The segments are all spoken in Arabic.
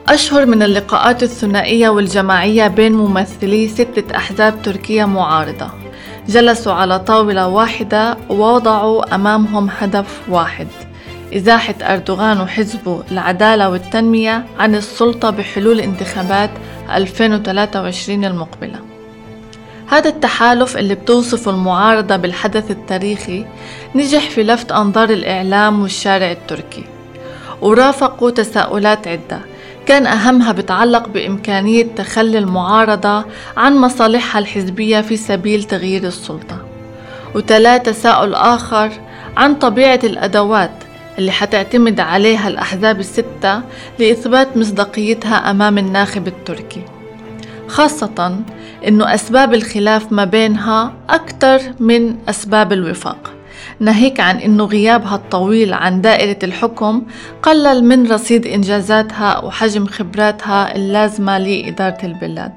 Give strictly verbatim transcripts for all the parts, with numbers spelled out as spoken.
أشهر من اللقاءات الثنائية والجماعية بين ممثلي ستة أحزاب تركية معارضة جلسوا على طاولة واحدة ووضعوا أمامهم هدف واحد: إزاحة أردوغان وحزبه العدالة والتنمية عن السلطة بحلول انتخابات ألفين وثلاثة وعشرين المقبلة. هذا التحالف اللي بتوصفه المعارضة بالحدث التاريخي نجح في لفت أنظار الإعلام والشارع التركي، ورافقوا تساؤلات عدة كان أهمها بتعلق بإمكانية تخلي المعارضة عن مصالحها الحزبية في سبيل تغيير السلطة، وتلا تساؤل آخر عن طبيعة الأدوات اللي حتعتمد عليها الأحزاب الستة لإثبات مصداقيتها أمام الناخب التركي، خاصة إنه أسباب الخلاف ما بينها أكثر من أسباب الوفاق، ناهيك عن إنه غيابها الطويل عن دائرة الحكم قلل من رصيد إنجازاتها وحجم خبراتها اللازمة لإدارة البلاد.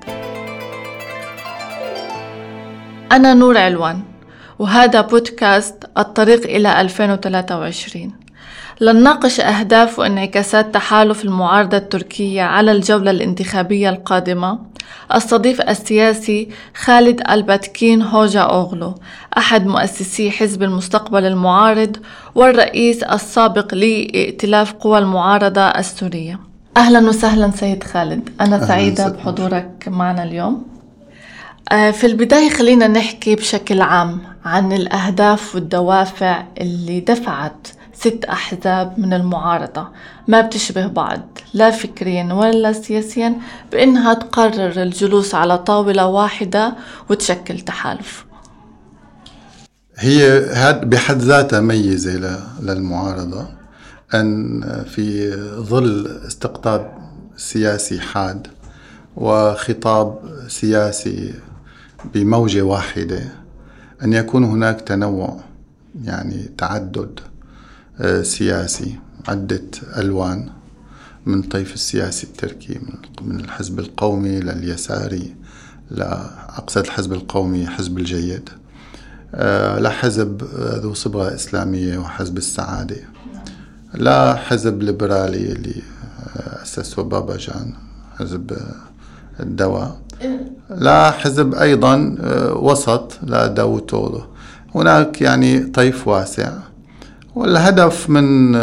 أنا نور علوان، وهذا بودكاست الطريق إلى ألفين وثلاثة وعشرين. لنناقش أهداف وانعكاسات تحالف المعارضة التركية على الجولة الانتخابية القادمة. استضيف السياسي خالد الباتكين هوجا أوغلو، أحد مؤسسي حزب المستقبل المعارض والرئيس السابق لائتلاف قوى المعارضة السورية. أهلا وسهلا سيد خالد، أنا سعيدة بحضورك معنا اليوم. في البداية خلينا نحكي بشكل عام عن الأهداف والدوافع اللي دفعت ست أحزاب من المعارضة ما بتشبه بعض لا فكريا ولا سياسيا بأنها تقرر الجلوس على طاولة واحدة وتشكل تحالف. هي بحد ذاتها ميزة للمعارضة أن في ظل استقطاب سياسي حاد وخطاب سياسي بموجة واحدة أن يكون هناك تنوع، يعني تعدد سياسي، عدة ألوان من طيف السياسي التركي، من الحزب القومي لليساري، لأقصد الحزب القومي حزب الجيد، لحزب ذو صبغة إسلامية وحزب السعادة، لا حزب ليبرالي اللي أسسه باباجان حزب الدواء، لا حزب أيضا وسط لا داوتولو. هناك يعني طيف واسع، والهدف من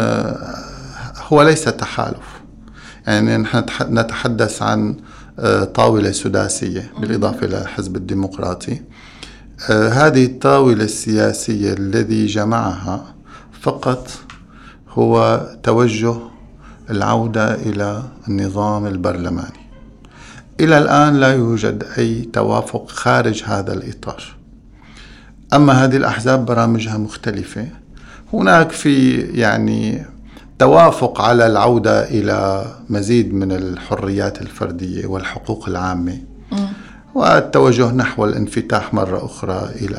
هو ليس تحالف، يعني نحن نتحدث عن طاولة سداسية بالإضافة إلى الحزب الديمقراطي. هذه الطاولة السياسية الذي جمعها فقط هو توجه العودة إلى النظام البرلماني. إلى الآن لا يوجد أي توافق خارج هذا الإطار. أما هذه الأحزاب برامجها مختلفة، هناك في يعني توافق على العودة إلى مزيد من الحريات الفردية والحقوق العامة، م. والتوجه نحو الانفتاح مرة أخرى إلى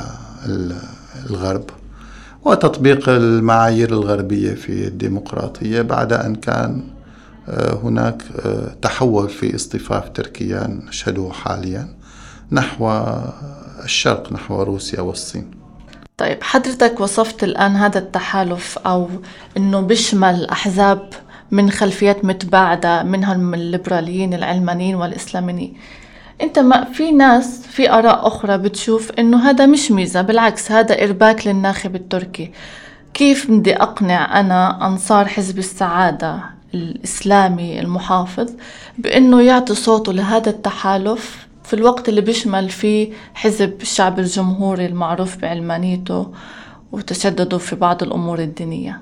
الغرب وتطبيق المعايير الغربية في الديمقراطية، بعد أن كان هناك تحول في اصطفاف تركيا نشهده حاليا نحو الشرق، نحو روسيا والصين. طيب حضرتك وصفت الآن هذا التحالف أو أنه بيشمل أحزاب من خلفيات متباعدة، منها الليبراليين العلمانيين والإسلاميين. أنت ما في ناس في آراء أخرى بتشوف أنه هذا مش ميزة، بالعكس هذا إرباك للناخب التركي. كيف بدي أقنع أنا أنصار حزب السعادة الإسلامي المحافظ بأنه يعطي صوته لهذا التحالف في الوقت اللي بيشمل فيه حزب الشعب الجمهوري المعروف بعلمانيته وتشددوا في بعض الأمور الدينية؟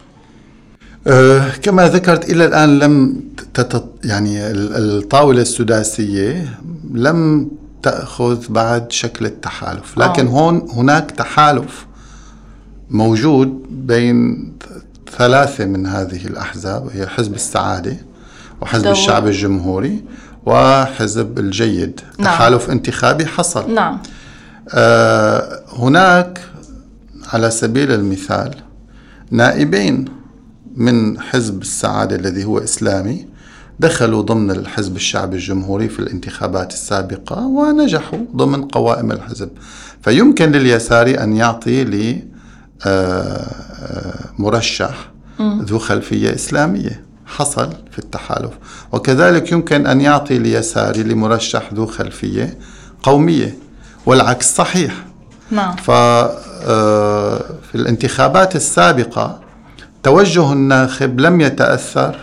أه كما ذكرت، إلى الآن لم تتط... يعني الطاولة السداسية لم تأخذ بعد شكل التحالف، لكن أوه. هون هناك تحالف موجود بين ثلاثة من هذه الأحزاب، هي حزب السعادة وحزب دو. الشعب الجمهوري وحزب الجيد. نعم. تحالف انتخابي حصل. نعم. آه هناك على سبيل المثال نائبين من حزب السعادة الذي هو إسلامي دخلوا ضمن الحزب الشعب الجمهوري في الانتخابات السابقة ونجحوا ضمن قوائم الحزب، فيمكن لليسار أن يعطي لي آه مرشح م. ذو خلفية إسلامية حصل في التحالف، وكذلك يمكن أن يعطي اليساري لمرشح ذو خلفية قومية، والعكس صحيح. نعم. ففي الانتخابات السابقة توجه الناخب لم يتأثر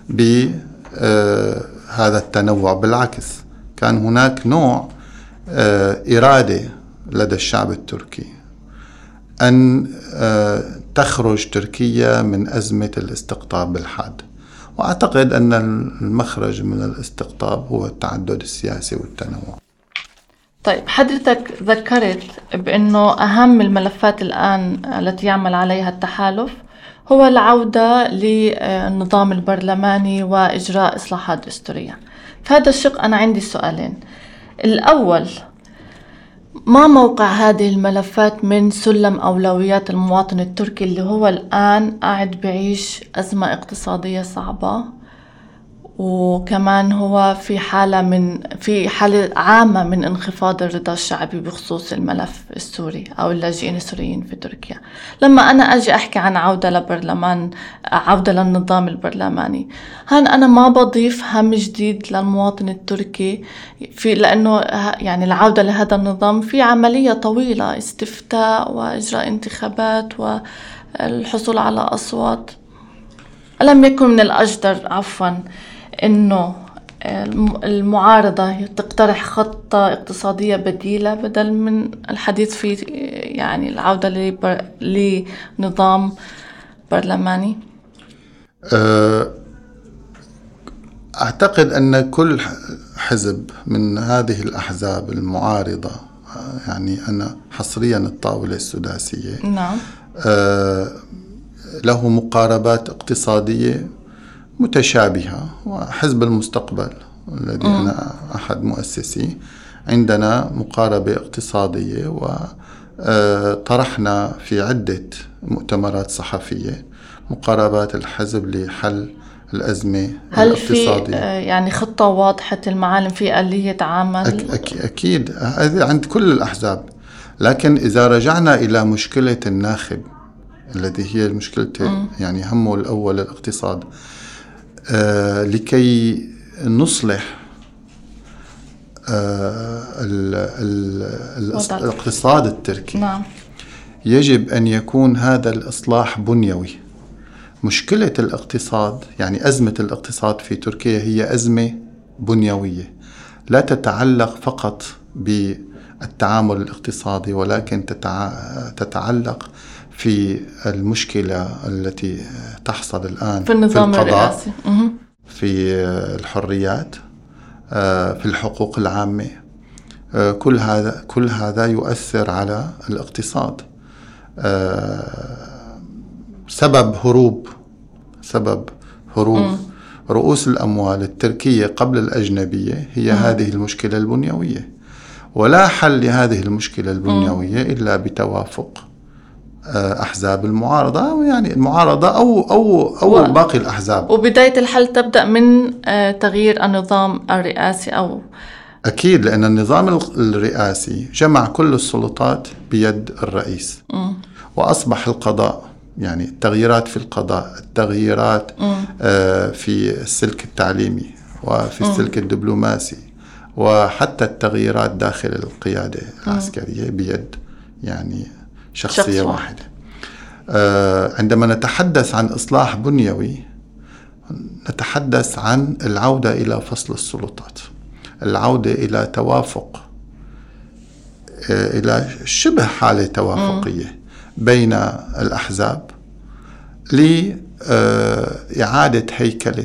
بهذا التنوع، بالعكس كان هناك نوع إرادة لدى الشعب التركي أن تخرج تركيا من أزمة الاستقطاب بالحاد. وأعتقد أن المخرج من الاستقطاب هو التعدد السياسي والتنوع. طيب، حضرتك ذكرت بأنه أهم الملفات الآن التي يعمل عليها التحالف هو العودة للنظام البرلماني وإجراء إصلاحات دستورية. في هذا الشق أنا عندي سؤالين. الأول، ما موقع هذه الملفات من سلم أولويات المواطن التركي اللي هو الآن قاعد بعيش أزمة اقتصادية صعبة، وكمان هو في حالة من في حالة عامة من انخفاض الرضا الشعبي بخصوص الملف السوري أو اللاجئين السوريين في تركيا. لما أنا أجي أحكي عن عودة لبرلمان عودة للنظام البرلماني، هان أنا ما بضيف هم جديد للمواطن التركي، في لأنه يعني العودة لهذا النظام في عملية طويلة، استفتاء وإجراء انتخابات والحصول على أصوات. ألم يكن من الأجدر عفواً إنه المعارضة تقترح خطة اقتصادية بديلة بدل من الحديث في يعني العودة لنظام برلماني؟ أعتقد أن كل حزب من هذه الأحزاب المعارضة، يعني أنا حصريا الطاولة السداسية، نعم، له مقاربات اقتصادية متشابهة. وحزب المستقبل الذي م. أنا أحد مؤسسيه، عندنا مقاربة اقتصادية، وطرحنا في عدة مؤتمرات صحفية مقاربات الحزب لحل الأزمة هل الاقتصادية. في يعني خطة واضحة المعالم، في آلية عمل؟ أك أكيد هذا عند كل الأحزاب، لكن إذا رجعنا إلى مشكلة الناخب الذي هي المشكلة يعني همه الأول الاقتصاد، آه لكي نصلح آه ال ال الاقتصاد التركي، نعم، يجب أن يكون هذا الإصلاح بنيوي. مشكلة الاقتصاد، يعني أزمة الاقتصاد في تركيا، هي أزمة بنيوية لا تتعلق فقط بالتعامل الاقتصادي، ولكن تتعلق في المشكلة التي تحصل الآن في النظام في القضاء، الرئاسي، في الحريات، في الحقوق العامة. كل هذا كل هذا يؤثر على الاقتصاد. سبب هروب سبب هروب م. رؤوس الأموال التركية قبل الأجنبية هي م. هذه المشكلة البنيوية، ولا حل لهذه المشكلة البنيوية م. إلا بتوافق أحزاب المعارضة، يعني المعارضة أو أو أو و... باقي الأحزاب. وبداية الحل تبدأ من تغيير النظام الرئاسي، أو أكيد، لأن النظام الرئاسي جمع كل السلطات بيد الرئيس م. وأصبح القضاء، يعني التغييرات في القضاء، التغييرات آه في السلك التعليمي وفي السلك م. الدبلوماسي، وحتى التغييرات داخل القيادة العسكرية بيد يعني شخصية شخص واحدة. آه عندما نتحدث عن إصلاح بنيوي، نتحدث عن العودة إلى فصل السلطات، العودة إلى توافق، آه إلى شبه حالة توافقية م. بين الأحزاب لإعادة هيكلة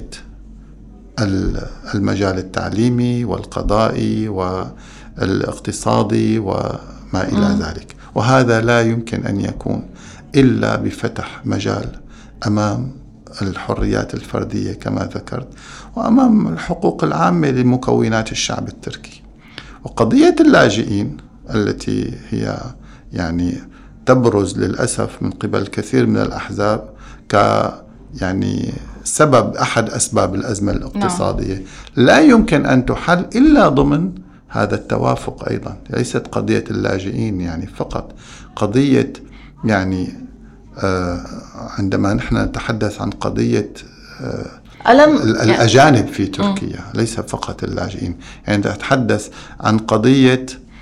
المجال التعليمي والقضائي والاقتصادي وما إلى م. ذلك. وهذا لا يمكن أن يكون إلا بفتح مجال أمام الحريات الفردية كما ذكرت، وأمام الحقوق العامة لمكونات الشعب التركي. وقضية اللاجئين التي هي يعني تبرز للأسف من قبل كثير من الأحزاب ك يعني سبب أحد أسباب الأزمة الاقتصادية، نعم. لا يمكن أن تحل إلا ضمن هذا التوافق. أيضا ليست قضية اللاجئين يعني فقط، قضية يعني آه عندما نحن نتحدث عن قضية آه ألم الأجانب في تركيا، ليس فقط اللاجئين. يعني أتحدث عن قضية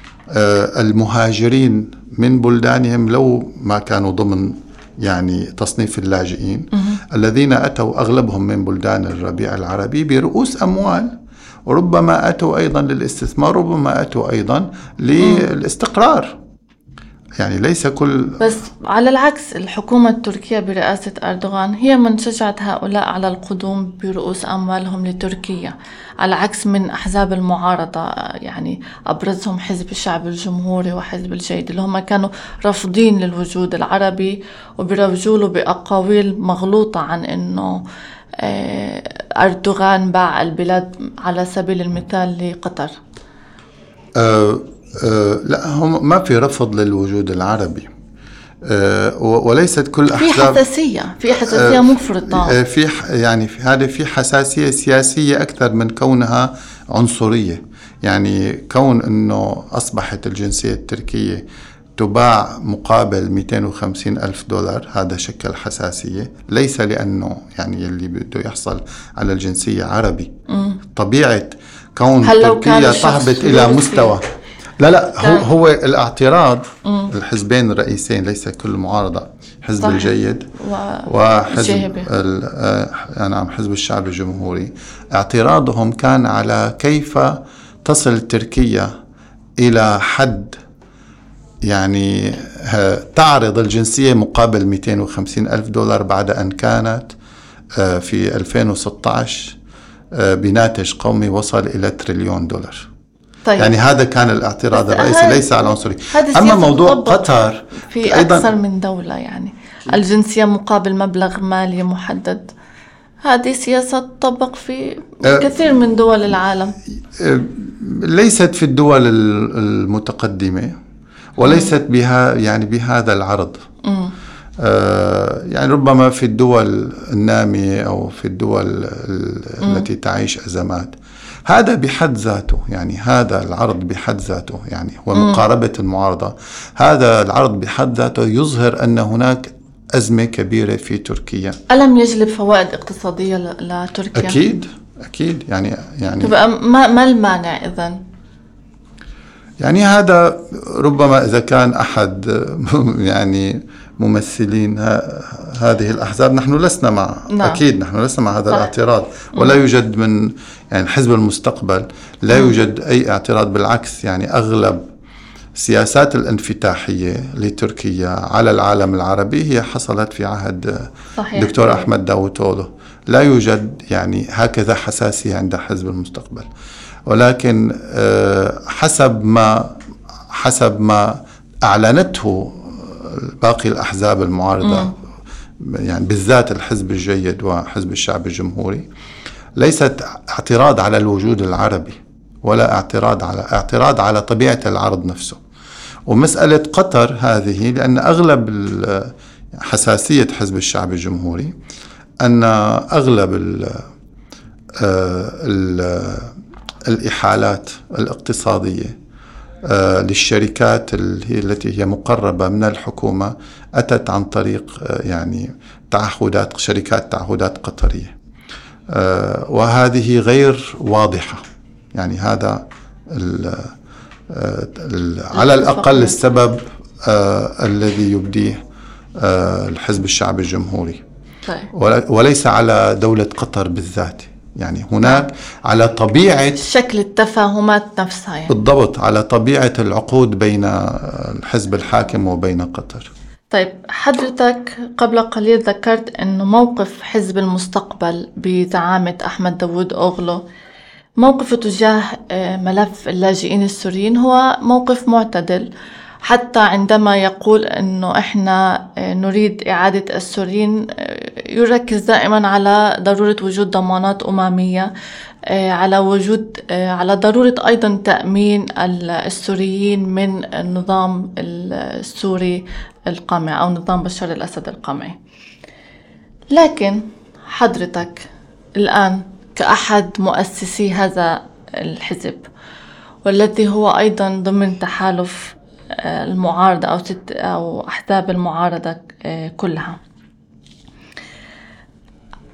المهاجرين من بلدانهم لو ما كانوا ضمن يعني تصنيف اللاجئين، الذين أتوا أغلبهم من بلدان الربيع العربي برؤوس أموال، وربما أتوا أيضا للاستثمار، ربما أتوا أيضا للاستقرار. يعني ليس كل. بس على العكس، الحكومة التركية برئاسة أردوغان هي من شجعت هؤلاء على القدوم برؤوس أموالهم لتركيا، على عكس من أحزاب المعارضة، يعني أبرزهم حزب الشعب الجمهوري وحزب الجيد، اللي هم كانوا رافضين للوجود العربي وبيروجوا له بأقاويل مغلوطة عن إنه أردوغان باع البلاد على سبيل المثال لقطر. أه أه لا، هم ما في رفض للوجود العربي، أه وليست كل أحزاب في حساسية في حساسية أه مفرطة. في يعني في هذا في حساسية سياسية أكثر من كونها عنصرية. يعني كون إنه أصبحت الجنسية التركية تباع مقابل مئتين وخمسين ألف دولار، هذا شكل حساسية، ليس لأنه يعني اللي بده يحصل على الجنسية عربي. م. طبيعة كون تركيا تهبط إلى مستوى. لا لا هو, هو الاعتراض. م. الحزبين الرئيسين، ليس كل معارضة، حزب صحيح. الجيد و... وحزب ال... نعم حزب الشعب الجمهوري، اعتراضهم كان على كيف تصل تركيا إلى حد يعني تعرض الجنسية مقابل مئتين وخمسين ألف دولار بعد أن كانت في ألفين وستة عشر بناتج قومي وصل إلى تريليون دولار. طيب. يعني هذا كان الاعتراض الرئيسي، ليس على العنصرية. أما موضوع قطر في أكثر من دولة، يعني الجنسية مقابل مبلغ مالي محدد، هذه سياسة تطبق في كثير من دول العالم، ليست في الدول المتقدمة وليست بها يعني بهذا العرض. آه يعني ربما في الدول النامية أو في الدول التي تعيش أزمات، هذا بحد ذاته، يعني هذا العرض بحد ذاته، يعني ومقاربة المعارضة، هذا العرض بحد ذاته يظهر أن هناك أزمة كبيرة في تركيا. ألم يجلب فوائد اقتصادية لتركيا؟ أكيد أكيد. يعني يعني ما ما المانع إذن؟ يعني هذا ربما إذا كان أحد يعني ممثلين هذه الأحزاب، نحن لسنا مع نعم. أكيد نحن لسنا مع هذا صح. الاعتراض، ولا يوجد من يعني حزب المستقبل لا يوجد أي اعتراض، بالعكس. يعني أغلب السياسات الانفتاحية لتركيا على العالم العربي هي حصلت في عهد صحيح. دكتور أحمد داوطولو. لا يوجد يعني هكذا حساسية عند حزب المستقبل، ولكن حسب ما حسب ما أعلنته باقي الأحزاب المعارضة م. يعني بالذات الحزب الجيد وحزب الشعب الجمهوري، ليست اعتراض على الوجود العربي، ولا اعتراض على اعتراض على طبيعة العرض نفسه. ومسألة قطر هذه، لأن أغلب حساسية حزب الشعب الجمهوري أن أغلب ال ال الإحالات الاقتصادية للشركات التي هي مقربة من الحكومة أتت عن طريق يعني تعهدات شركات تعهدات قطرية، وهذه غير واضحة. يعني هذا ال ال على الأقل السبب الذي يبديه الحزب الشعب الجمهوري، وليس على دولة قطر بالذات. يعني هناك على طبيعة شكل التفاهمات نفسها، يعني بالضبط على طبيعة العقود بين الحزب الحاكم وبين قطر. طيب حضرتك قبل قليل ذكرت أنه موقف حزب المستقبل بزعامة أحمد داوود أوغلو، موقفه تجاه ملف اللاجئين السوريين هو موقف معتدل، حتى عندما يقول أنه إحنا نريد إعادة السوريين يركز دائما على ضرورة وجود ضمانات أممية، على وجود على ضرورة أيضا تأمين السوريين من النظام السوري القمعي أو نظام بشار الأسد القمعي. لكن حضرتك الآن كأحد مؤسسي هذا الحزب، والذي هو أيضا ضمن تحالف المعارضة أو ست أو أحزاب المعارضة كلها،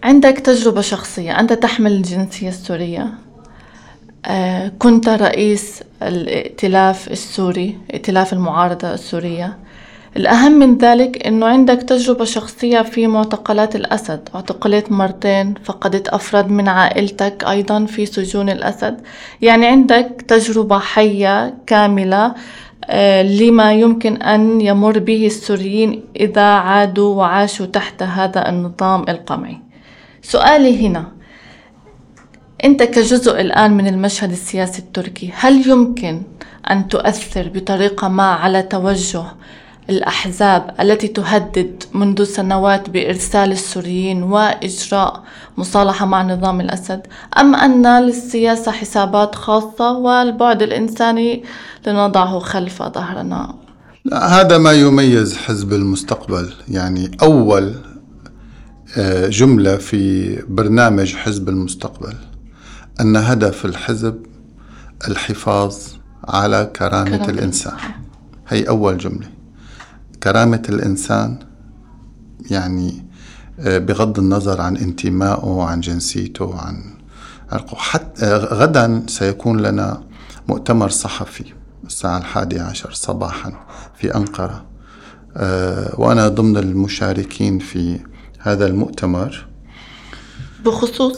عندك تجربة شخصية، أنت تحمل الجنسية السورية، آه كنت رئيس الائتلاف السوري، ائتلاف المعارضة السورية. الأهم من ذلك أنه عندك تجربة شخصية في معتقلات الأسد، اعتقلت مرتين، فقدت أفراد من عائلتك أيضا في سجون الأسد. يعني عندك تجربة حية كاملة آه لما يمكن أن يمر به السوريين إذا عادوا وعاشوا تحت هذا النظام القمعي. سؤالي هنا، أنت كجزء الآن من المشهد السياسي التركي، هل يمكن أن تؤثر بطريقة ما على توجه الأحزاب التي تهدد منذ سنوات بإرسال السوريين وإجراء مصالحة مع نظام الأسد، أم أن للسياسة حسابات خاصة والبعد الإنساني لنضعه خلف ظهرنا؟ لا، هذا ما يميز حزب المستقبل. يعني أول جملة في برنامج حزب المستقبل أن هدف الحزب الحفاظ على كرامة, كرامة الإنسان. هي أول جملة، كرامة الإنسان، يعني بغض النظر عن انتمائه وعن جنسيته وعن عرقه. حتى غدا سيكون لنا مؤتمر صحفي الساعة الحادية عشر صباحا في أنقرة، وأنا ضمن المشاركين في هذا المؤتمر. بخصوص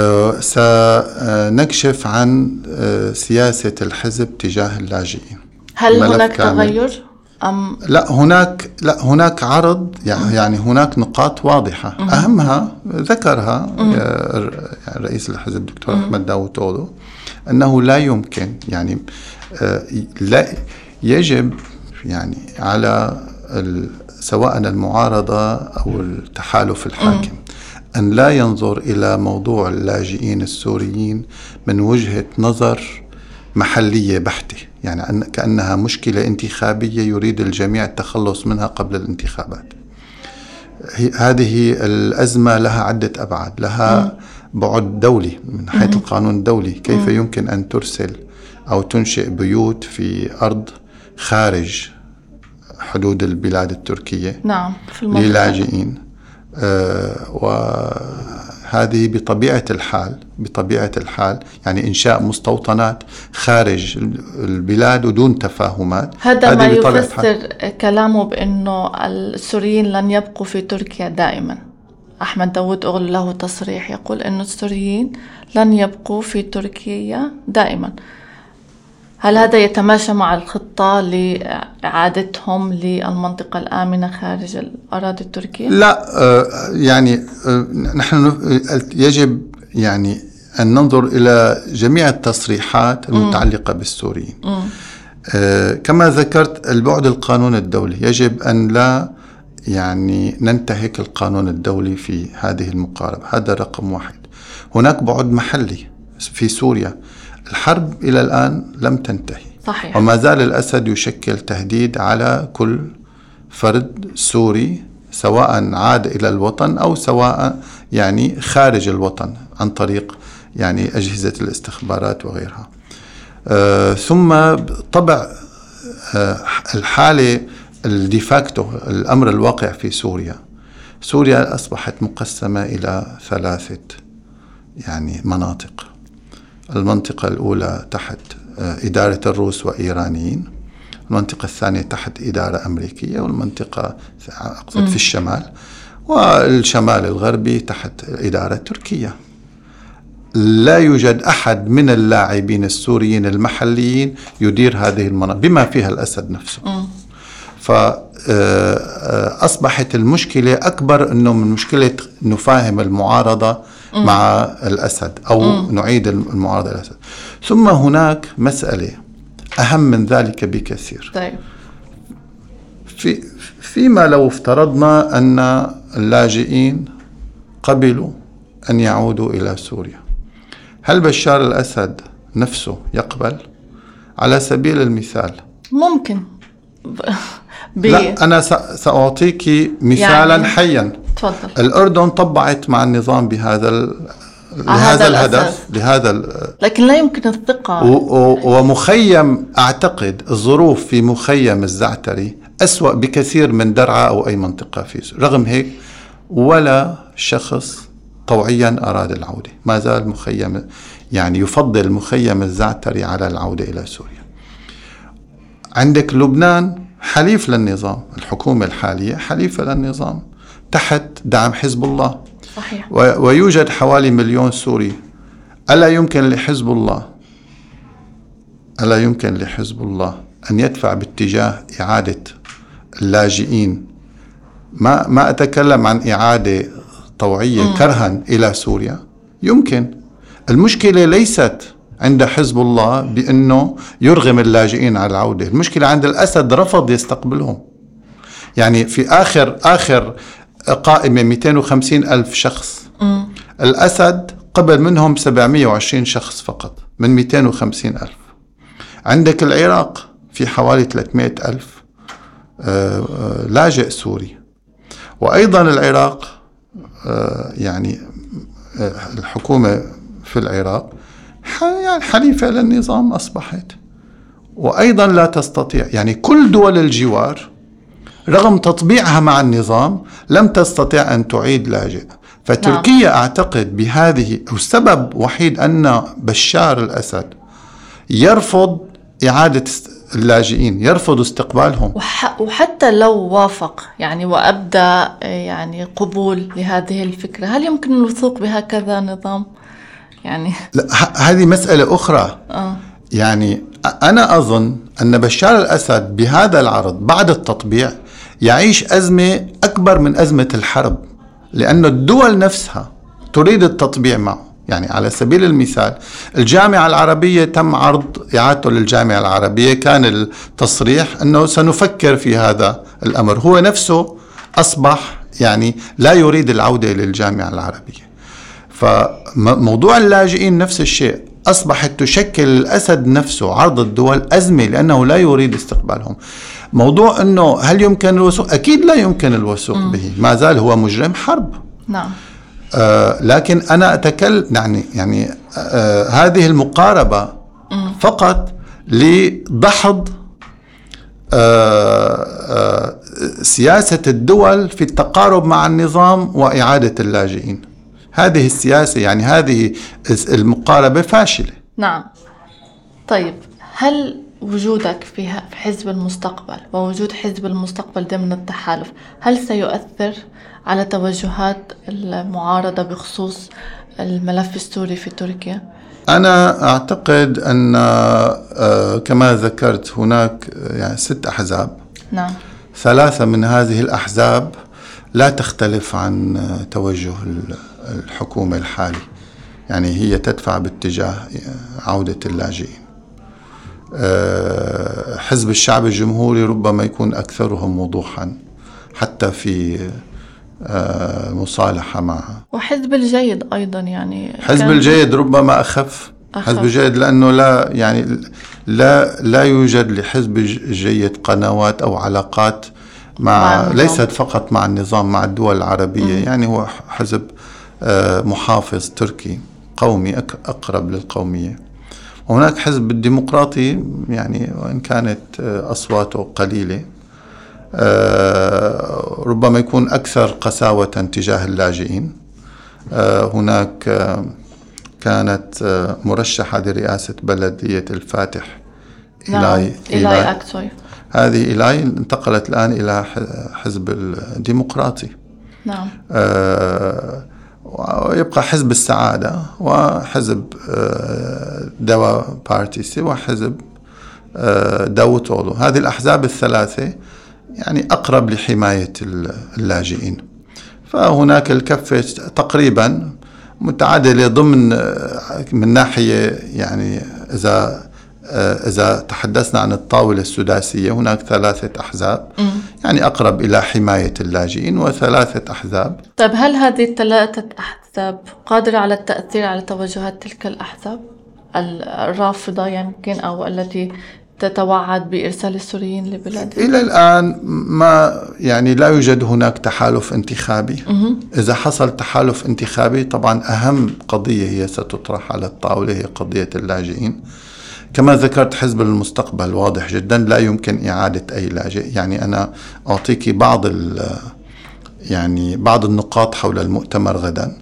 سنكشف عن سياسة الحزب تجاه اللاجئين. هل هناك تغير؟ أم لا هناك لا هناك عرض، يعني هناك نقاط واضحة. م- أهمها ذكرها رئيس الحزب الدكتور م- أحمد داوود أوغلو، أنه لا يمكن، يعني لا يجب يعني على سواء المعارضة أو التحالف الحاكم م- أن لا ينظر إلى موضوع اللاجئين السوريين من وجهة نظر محلية بحتة، يعني كأنها مشكلة انتخابية يريد الجميع التخلص منها قبل الانتخابات. هذه الأزمة لها عدة أبعاد، لها بعد دولي من حيث القانون الدولي. كيف يمكن أن ترسل أو تنشئ بيوت في أرض خارج حدود البلاد التركية نعم للاجئين؟ آه وهذه بطبيعة الحال بطبيعة الحال يعني إنشاء مستوطنات خارج البلاد ودون تفاهمات. هذا ما يفسر كلامه بأنه السوريين لن يبقوا في تركيا دائما. أحمد داوود أوغلو له تصريح يقول أن السوريين لن يبقوا في تركيا دائما. هل هذا يتماشى مع الخطة لإعادتهم للمنطقة الآمنة خارج الأراضي التركية؟ لا، يعني نحن يجب يعني أن ننظر إلى جميع التصريحات المتعلقة بالسوريين. كما ذكرت البعد القانون الدولي، يجب أن لا يعني ننتهك القانون الدولي في هذه المقاربة. هذا رقم واحد. هناك بعد محلي في سوريا، الحرب إلى الآن لم تنتهي. صحيح. وما زال الأسد يشكل تهديد على كل فرد سوري، سواء عاد إلى الوطن أو سواء يعني خارج الوطن عن طريق يعني أجهزة الاستخبارات وغيرها. آه ثم طبع آه الحالة الديفاكتو، الأمر الواقع في سوريا. سوريا أصبحت مقسمة إلى ثلاثة يعني مناطق. المنطقة الأولى تحت إدارة الروس وإيرانيين، المنطقة الثانية تحت إدارة أمريكية، والمنطقة أقصد في الشمال والشمال الغربي تحت إدارة تركية. لا يوجد أحد من اللاعبين السوريين المحليين يدير هذه المناطق بما فيها الأسد نفسه. فأصبحت المشكلة أكبر أنه من مشكلة نفاهم المعارضة م. مع الأسد أو م. نعيد المعارضة الأسد. ثم هناك مسألة أهم من ذلك بكثير. طيب. في فيما لو افترضنا أن اللاجئين قبلوا أن يعودوا إلى سوريا، هل بشار الأسد نفسه يقبل؟ على سبيل المثال ممكن ب... لا أنا سأعطيك مثالا يعني... حيا. تفضل. الأردن طبعت مع النظام بهذا ال... لهذا الهدف لهذا ال... لكن لا يمكن الثقة. و... و... ومخيم أعتقد الظروف في مخيم الزعتري أسوأ بكثير من درعا أو أي منطقة في سوريا. رغم هيك ولا شخص طوعيا أراد العودة، ما زال مخيم يعني يفضل مخيم الزعتري على العودة إلى سوريا. عندك لبنان حليف للنظام، الحكومة الحالية حليفة للنظام تحت دعم حزب الله. صحيح. ويوجد حوالي مليون سوري. ألا يمكن لحزب الله ألا يمكن لحزب الله أن يدفع باتجاه إعادة اللاجئين؟ ما ما أتكلم عن إعادة طوعية م. كرها إلى سوريا. يمكن. المشكلة ليست عند حزب الله بأنه يرغم اللاجئين على العودة، المشكلة عند الأسد رفض يستقبلهم. يعني في آخر آخر قائمة مئتين وخمسين ألف شخص، م. الأسد قبل منهم سبعمئة وعشرين شخص فقط من مئتين وخمسين ألف. عندك العراق في حوالي ثلاثمئة ألف لاجئ سوري. وأيضا العراق يعني الحكومة في العراق يعني حليفة للنظام أصبحت، وأيضا لا تستطيع، يعني كل دول الجوار رغم تطبيعها مع النظام لم تستطيع أن تعيد لاجئ. فتركيا نعم. أعتقد بهذه السبب وحيد أن بشار الأسد يرفض إعادة اللاجئين، يرفض استقبالهم. وح وحتى لو وافق يعني وأبدى يعني قبول لهذه الفكرة، هل يمكن الوثوق بهكذا نظام؟ يعني لا، هذه مسألة أخرى. آه. يعني أنا أظن أن بشار الأسد بهذا العرض بعد التطبيع يعيش أزمة أكبر من أزمة الحرب، لأن الدول نفسها تريد التطبيع معه. يعني على سبيل المثال الجامعة العربية تم عرض إعادته للجامعة العربية، كان التصريح أنه سنفكر في هذا الأمر. هو نفسه أصبح يعني لا يريد العودة للجامعة العربية. فموضوع اللاجئين نفس الشيء، أصبحت تشكل الأسد نفسه عرض الدول أزمة لأنه لا يريد استقبالهم. موضوع أنه هل يمكن الوثوق؟ أكيد لا يمكن الوثوق به، ما زال هو مجرم حرب. نعم. آه لكن أنا أتكلم يعني يعني آه هذه المقاربة م. فقط لدحض آه آه سياسة الدول في التقارب مع النظام وإعادة اللاجئين. هذه السياسة يعني هذه المقاربة فاشلة. نعم. طيب، هل وجودك في حزب المستقبل ووجود حزب المستقبل ضمن التحالف هل سيؤثر على توجهات المعارضة بخصوص الملف السوري في تركيا؟ أنا أعتقد أن كما ذكرت هناك يعني ست أحزاب. نعم. ثلاثة من هذه الأحزاب لا تختلف عن توجه الحكومة الحالي، يعني هي تدفع باتجاه عودة اللاجئين. حزب الشعب الجمهوري ربما يكون أكثرهم وضوحا حتى في مصالحة معه. وحزب الجيد أيضا يعني حزب الجيد ربما أخف. أخف. حزب الجيد لأنه لا يعني لا لا يوجد لحزب الجيد قنوات أو علاقات مع, مع ليست فقط مع النظام، مع الدول العربية. م. يعني هو حزب محافظ تركي قومي أقرب للقومية. وهناك حزب الديمقراطي يعني وإن كانت أصواته قليلة ربما يكون أكثر قساوة تجاه اللاجئين. هناك كانت مرشحة لرئاسة بلدية الفاتح إيلاي إيلاي أكتوي. هذه إيلاي انتقلت الآن إلى حزب الديمقراطي. نعم. ويبقى حزب السعادة وحزب دوا بارتيسي وحزب داوطولو. هذه الأحزاب الثلاثة يعني أقرب لحماية اللاجئين. فهناك الكفة تقريبا متعادلة ضمن من ناحية يعني إذا إذا تحدثنا عن الطاولة السداسية هناك ثلاثة أحزاب م. يعني أقرب إلى حماية اللاجئين وثلاثة أحزاب. طيب، هل هذه الثلاثة أحزاب قادرة على التأثير على توجهات تلك الأحزاب الرافضة يمكن أو التي تتوعد بإرسال السوريين لبلادهم؟ إلى الآن ما يعني لا يوجد هناك تحالف انتخابي. م. إذا حصل تحالف انتخابي طبعا أهم قضية هي ستطرح على الطاولة هي قضية اللاجئين. كما ذكرت حزب المستقبل واضح جدا لا يمكن إعادة أي لاجئ. يعني أنا أعطيك بعض يعني بعض النقاط حول المؤتمر غدا.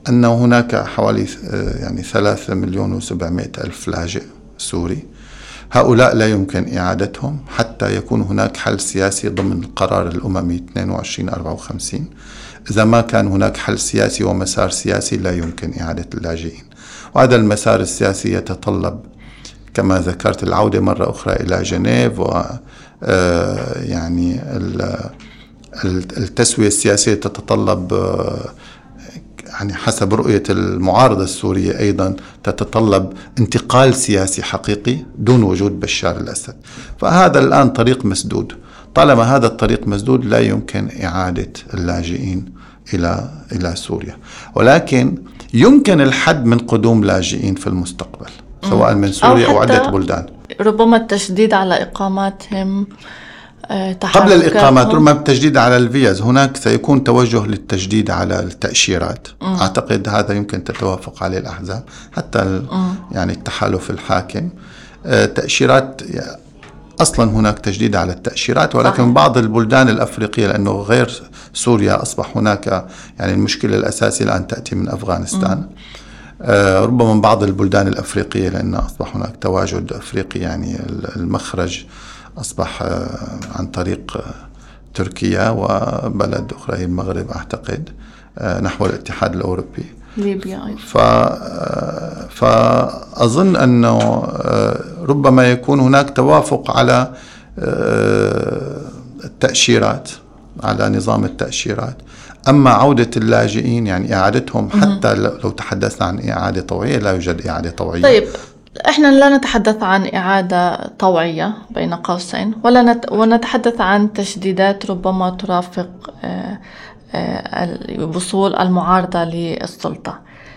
أن هناك حوالي يعني ثلاثة مليون وسبعمائة ألف لاجئ سوري. هؤلاء لا يمكن إعادتهم حتى يكون هناك حل سياسي ضمن القرار الأممي اثنين وعشرين أربعة وخمسين. إذا ما كان هناك حل سياسي ومسار سياسي لا يمكن إعادة اللاجئين. وهذا المسار السياسي يتطلب كما ذكرت العودة مرة أخرى إلى جنيف، و يعني التسوية السياسية تتطلب يعني حسب رؤية المعارضة السورية أيضا تتطلب انتقال سياسي حقيقي دون وجود بشار الأسد. فهذا الآن طريق مسدود. طالما هذا الطريق مسدود لا يمكن إعادة اللاجئين إلى إلى سوريا، ولكن يمكن الحد من قدوم لاجئين في المستقبل سواء من سوريا أو, أو عدة بلدان. ربما التشديد على إقاماتهم قبل الإقامات، ربما التجديد على الفيز. هناك سيكون توجه للتجديد على التأشيرات. م. أعتقد هذا يمكن تتوافق عليه الأحزاب حتى يعني التحالف الحاكم. تأشيرات أصلا هناك تجديد على التأشيرات، ولكن صحيح. بعض البلدان الأفريقية لأنه غير سوريا أصبح هناك يعني المشكلة الأساسية الآن تأتي من أفغانستان. م. ربما من بعض البلدان الأفريقية لأن أصبح هناك تواجد أفريقي، يعني المخرج أصبح عن طريق تركيا وبلد أخرى هي المغرب أعتقد نحو الاتحاد الأوروبي، ليبيا أيضا. ف... فأظن أنه ربما يكون هناك توافق على التأشيرات، على نظام التأشيرات. أما عودة اللاجئين يعني إعادتهم حتى لو تحدثنا عن إعادة طوعية لا يوجد إعادة طوعية. طيب إحنا لا نتحدث عن إعادة طوعية بين قوسين، ولا نت... ونتحدث عن تشديدات ربما ترافق آه آه وصول المعارضة للسلطة.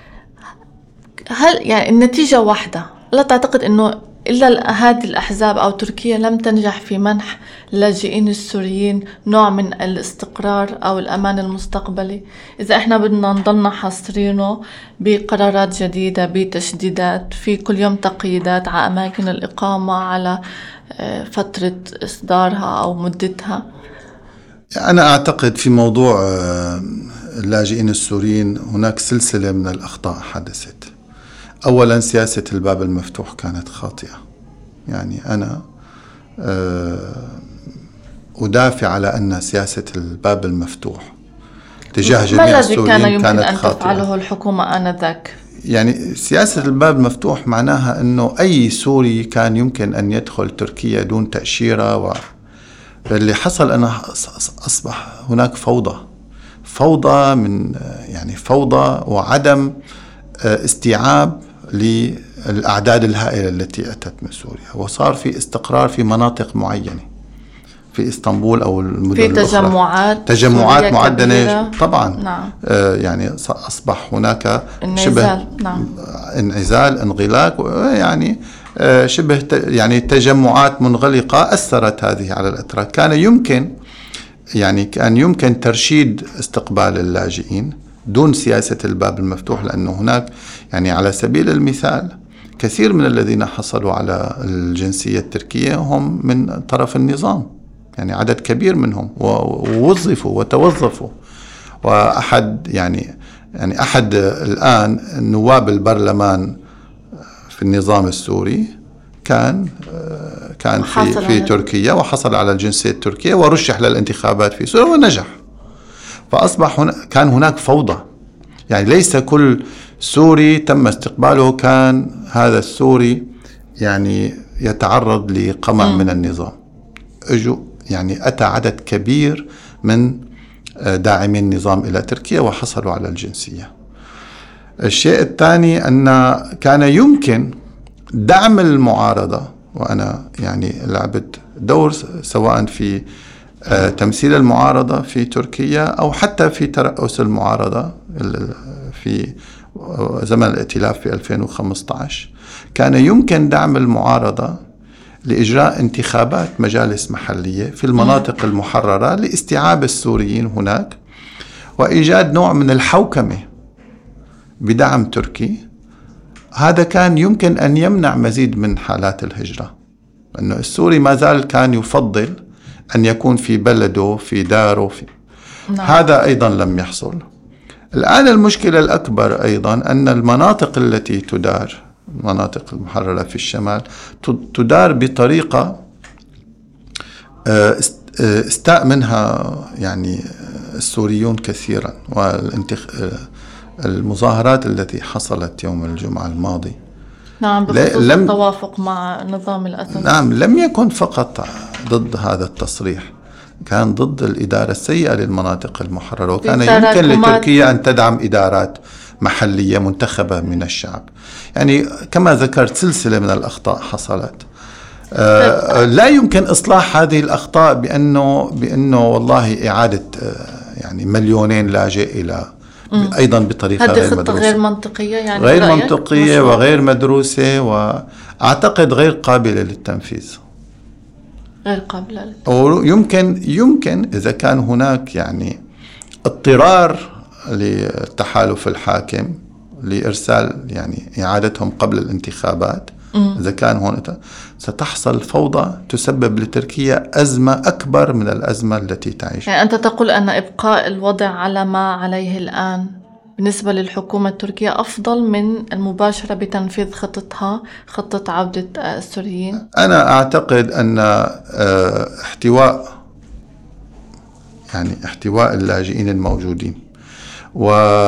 هل يعني النتيجة واحدة؟ لا تعتقد أنه إلا هذه الأحزاب أو تركيا لم تنجح في منح اللاجئين السوريين نوع من الاستقرار أو الأمان المستقبلي؟ إذا إحنا بدنا نضلنا حاصرينه بقرارات جديدة، بتشديدات، في كل يوم تقييدات على أماكن الإقامة، على فترة إصدارها أو مدتها. أنا أعتقد في موضوع اللاجئين السوريين هناك سلسلة من الأخطاء حدثت. أولا سياسة الباب المفتوح كانت خاطئة. يعني أنا أدافع على أن سياسة الباب المفتوح تجاه جميع السوريين كانت خاطئة. ما الذي كان يمكن أن تفعله الحكومة آنذاك؟ يعني سياسة الباب المفتوح معناها أنه أي سوري كان يمكن أن يدخل تركيا دون تأشيرة، و... فاللي حصل أنه أصبح هناك فوضى فوضى من يعني فوضى وعدم استيعاب للأعداد الهائلة التي أتت من سوريا، وصار في استقرار في مناطق معينة في إسطنبول أو المدن في الأخرى، تجمعات تجمعات معدنة طبعا. نعم. آه يعني أصبح هناك انعزال. شبه نعم. انعزال انغلاق، يعني آه شبه يعني تجمعات منغلقة أثرت هذه على الأتراك. كان يمكن يعني كان يمكن ترشيد استقبال اللاجئين دون سياسة الباب المفتوح، لأنه هناك يعني على سبيل المثال كثير من الذين حصلوا على الجنسية التركية هم من طرف النظام، يعني عدد كبير منهم ووظفوا وتوظفوا. وأحد يعني يعني أحد الآن نواب البرلمان في النظام السوري كان كان في في تركيا وحصل على الجنسية التركية ورشح للانتخابات في سوريا ونجح. فأصبح هنا كان هناك فوضى، يعني ليس كل سوري تم استقباله كان هذا السوري يعني يتعرض لقمع م. من النظام. اجوا يعني أتى عدد كبير من داعمي النظام إلى تركيا وحصلوا على الجنسية. الشيء الثاني أن كان يمكن دعم المعارضة، وأنا يعني لعبت دور سواء في تمثيل المعارضة في تركيا أو حتى في ترأس المعارضة في زمن الائتلاف في ألفين وخمسة عشر. كان يمكن دعم المعارضة لإجراء انتخابات مجالس محلية في المناطق المحررة لاستيعاب السوريين هناك وإيجاد نوع من الحوكمة بدعم تركي. هذا كان يمكن أن يمنع مزيد من حالات الهجرة، لأنه السوري ما زال كان يفضل أن يكون في بلده في داره في. نعم. هذا أيضا لم يحصل. الآن المشكلة الأكبر أيضا أن المناطق التي تدار، المناطق المحررة في الشمال، تدار بطريقة استاء منها يعني السوريون كثيرا. والمظاهرات التي حصلت يوم الجمعة الماضي نعم بخصوص لم التوافق مع نظام الأسد، نعم لم يكن فقط ضد هذا التصريح، كان ضد الإدارة السيئة للمناطق المحررة، وكان يمكن لتركيا أن تدعم إدارات محلية منتخبة من الشعب. يعني كما ذكرت سلسلة من الأخطاء حصلت. آه لا يمكن إصلاح هذه الأخطاء بأنه بأنه والله إعادة آه يعني مليونين لاجئ إلى مم. أيضا بطريقة غير مدروسة، غير منطقية، يعني غير منطقية وغير مدروسة، وأعتقد غير قابلة للتنفيذ. غير قابلة للتنفيذ. ويمكن يمكن إذا كان هناك يعني اضطرار للتحالف الحاكم لإرسال يعني إعادتهم قبل الانتخابات، إذا كان هون ستحصل فوضى تسبب لتركيا أزمة أكبر من الأزمة التي تعيش. يعني أنت تقول أن إبقاء الوضع على ما عليه الآن بالنسبة للحكومة التركية أفضل من المباشرة بتنفيذ خطتها، خطة عودة السوريين؟ أنا أعتقد أن احتواء يعني احتواء اللاجئين الموجودين و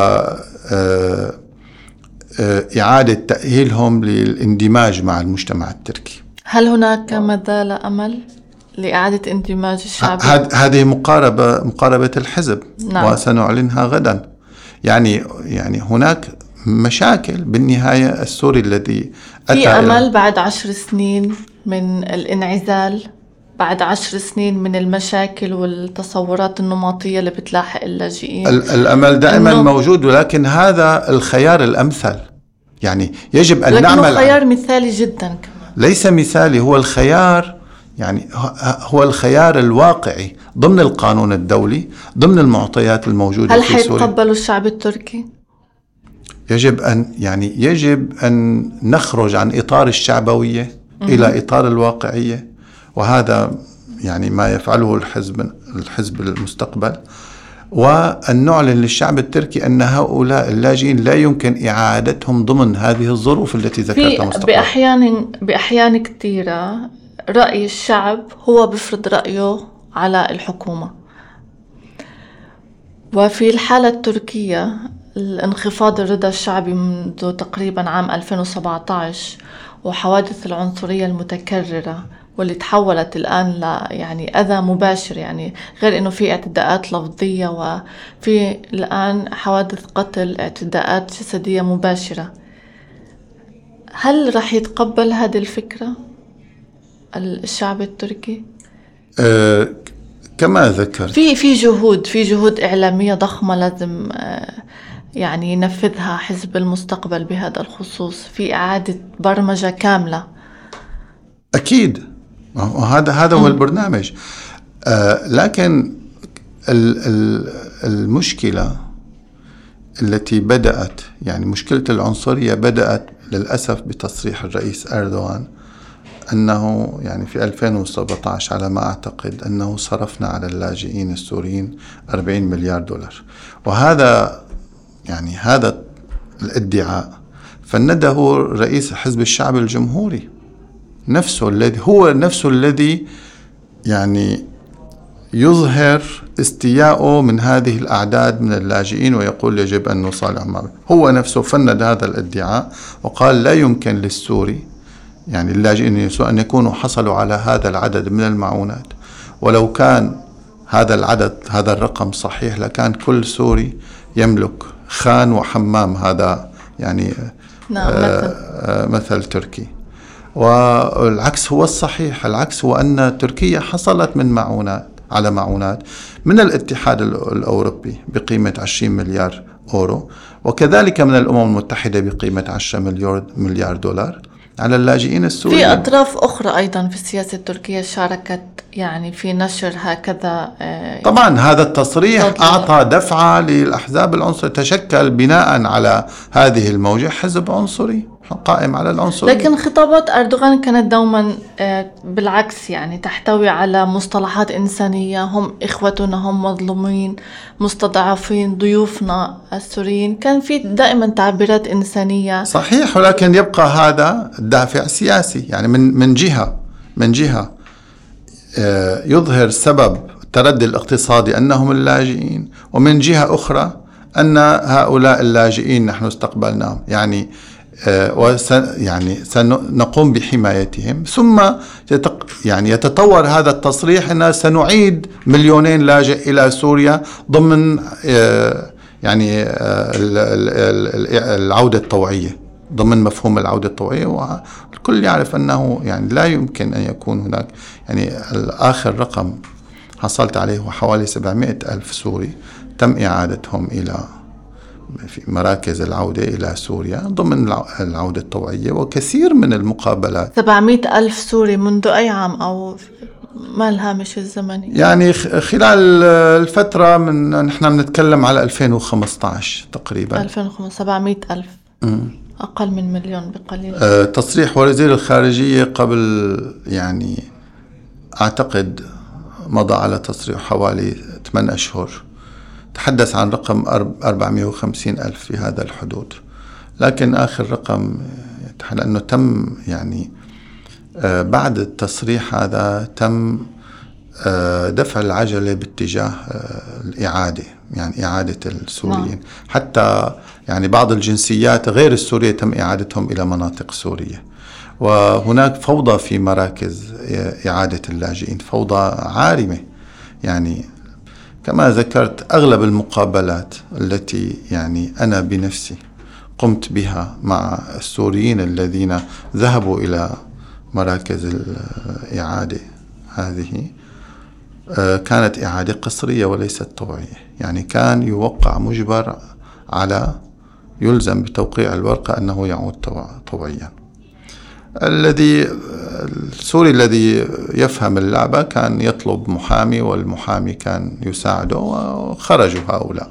إعادة تأهيلهم للاندماج مع المجتمع التركي. هل هناك مازال أمل لإعادة اندماج الشعب؟ هذه مقاربة مقاربة الحزب. نعم. وسنعلنها غدا. يعني يعني هناك مشاكل بالنهاية. السوري الذي أتى في أمل بعد عشر سنين من الانعزال، بعد عشر سنين من المشاكل والتصورات النمطية اللي بتلاحق اللاجئين. الأمل دائما موجود، ولكن هذا الخيار الأمثل. يعني يجب أن نعمل. لكنه خيار مثالي جدا كمان. ليس مثالي، هو الخيار يعني هو الخيار الواقعي ضمن القانون الدولي، ضمن المعطيات الموجودة هل في سوريا. هل حيتقبلوا الشعب التركي؟ يجب أن يعني يجب أن نخرج عن إطار الشعبوية م- إلى إطار الواقعية، وهذا يعني ما يفعله الحزب الحزب المستقبل، وأن نعلن للشعب التركي أن هؤلاء اللاجئين لا يمكن إعادتهم ضمن هذه الظروف التي ذكرتها مستقبل. بأحيان بأحيان كثيرة رأي الشعب هو بفرض رأيه على الحكومة، وفي الحالة التركية الانخفاض الرضا الشعبي منذ تقريبا عام ألفين وسبعة عشر وحوادث العنصرية المتكررة واللي تحولت الآن ل يعني أذى مباشر، يعني غير إنه في اعتداءات لفظية وفي الآن حوادث قتل، اعتداءات جسدية مباشرة. هل رح يتقبل هذه الفكرة الشعب التركي؟ أه كما ذكرت في في جهود في جهود إعلامية ضخمة لازم أه يعني ينفذها حزب المستقبل بهذا الخصوص، في إعادة برمجة كاملة. أكيد هذا هذا هو البرنامج. آه لكن ال ال المشكلة التي بدأت يعني مشكلة العنصرية بدأت للأسف بتصريح الرئيس أردوغان أنه يعني في ألفين وسبعة عشر على ما أعتقد أنه صرفنا على اللاجئين السوريين أربعين مليار دولار، وهذا يعني هذا الادعاء فنده رئيس حزب الشعب الجمهوري نفسه، الذي هو نفسه الذي يعني يظهر استياءه من هذه الأعداد من اللاجئين ويقول يجب أن نصالح معه. هو نفسه فند هذا الادعاء وقال لا يمكن للسوري يعني اللاجئين أن يكونوا حصلوا على هذا العدد من المعونات، ولو كان هذا العدد هذا الرقم صحيح لكان كل سوري يملك خان وحمام. هذا يعني نعم آه مثل تركي. والعكس هو الصحيح، العكس هو أن تركيا حصلت من معونات على معونات من الاتحاد الأوروبي بقيمة عشرين مليار أورو، وكذلك من الأمم المتحدة بقيمة عشرة مليار دولار على اللاجئين السوريين. في أطراف أخرى أيضا في السياسة التركية شاركت يعني في نشر هكذا. طبعا هذا التصريح أعطى دفعة للأحزاب العنصرية، تشكل بناء على هذه الموجة حزب عنصري، قائم على العنصرية. لكن خطابات أردوغان كانت دوما بالعكس، يعني تحتوي على مصطلحات إنسانية، هم إخوتنا، هم مظلومين مستضعفين، ضيوفنا السوريين، كان في دائما تعبيرات إنسانية. صحيح، ولكن يبقى هذا الدافع سياسي، يعني من من جهة من جهة يظهر سبب التردي الاقتصادي أنهم اللاجئين، ومن جهة أخرى أن هؤلاء اللاجئين نحن استقبلناهم، يعني وسن يعني سنقوم بحمايتهم. ثم يعني يتطور هذا التصريح أن سنعيد مليونين لاجئ إلى سوريا ضمن يعني العودة الطوعية، ضمن مفهوم العودة الطوعية. والكل يعرف أنه يعني لا يمكن أن يكون هناك، يعني الآخر رقم حصلت عليه هو حوالي سبعمائة ألف سوري تم إعادتهم إلى في مراكز العودة إلى سوريا ضمن العودة الطوعية، وكثير من المقابلات. سبعمائة ألف سوري منذ أي عام أو ما الهامش الزمني؟ يعني خلال الفترة من نحن بنتكلم على ألفين وخمسة عشر تقريبا. ألفين وخمسة سبعمائة ألف، م. أقل من مليون بقليل. أه تصريح وزير الخارجية قبل يعني أعتقد مضى على تصريح حوالي ثمانية أشهر تحدث عن رقم أربعمائة وخمسين ألف في هذا الحدود، لكن آخر رقم لأنه تم يعني آه بعد التصريح هذا تم آه دفع العجلة باتجاه آه الإعادة، يعني إعادة السوريين. نعم. حتى يعني بعض الجنسيات غير السورية تم إعادتهم إلى مناطق سورية، وهناك فوضى في مراكز إعادة اللاجئين، فوضى عارمة. يعني كما ذكرت أغلب المقابلات التي يعني أنا بنفسي قمت بها مع السوريين الذين ذهبوا إلى مراكز الإعادة هذه كانت إعادة قسرية وليست طوعية، يعني كان يوقع مجبر على يلزم بتوقيع الورقة أنه يعود طوعيا. الذي السوري الذي يفهم اللعبة كان يطلب محامي، والمحامي كان يساعده، وخرجوا هؤلاء.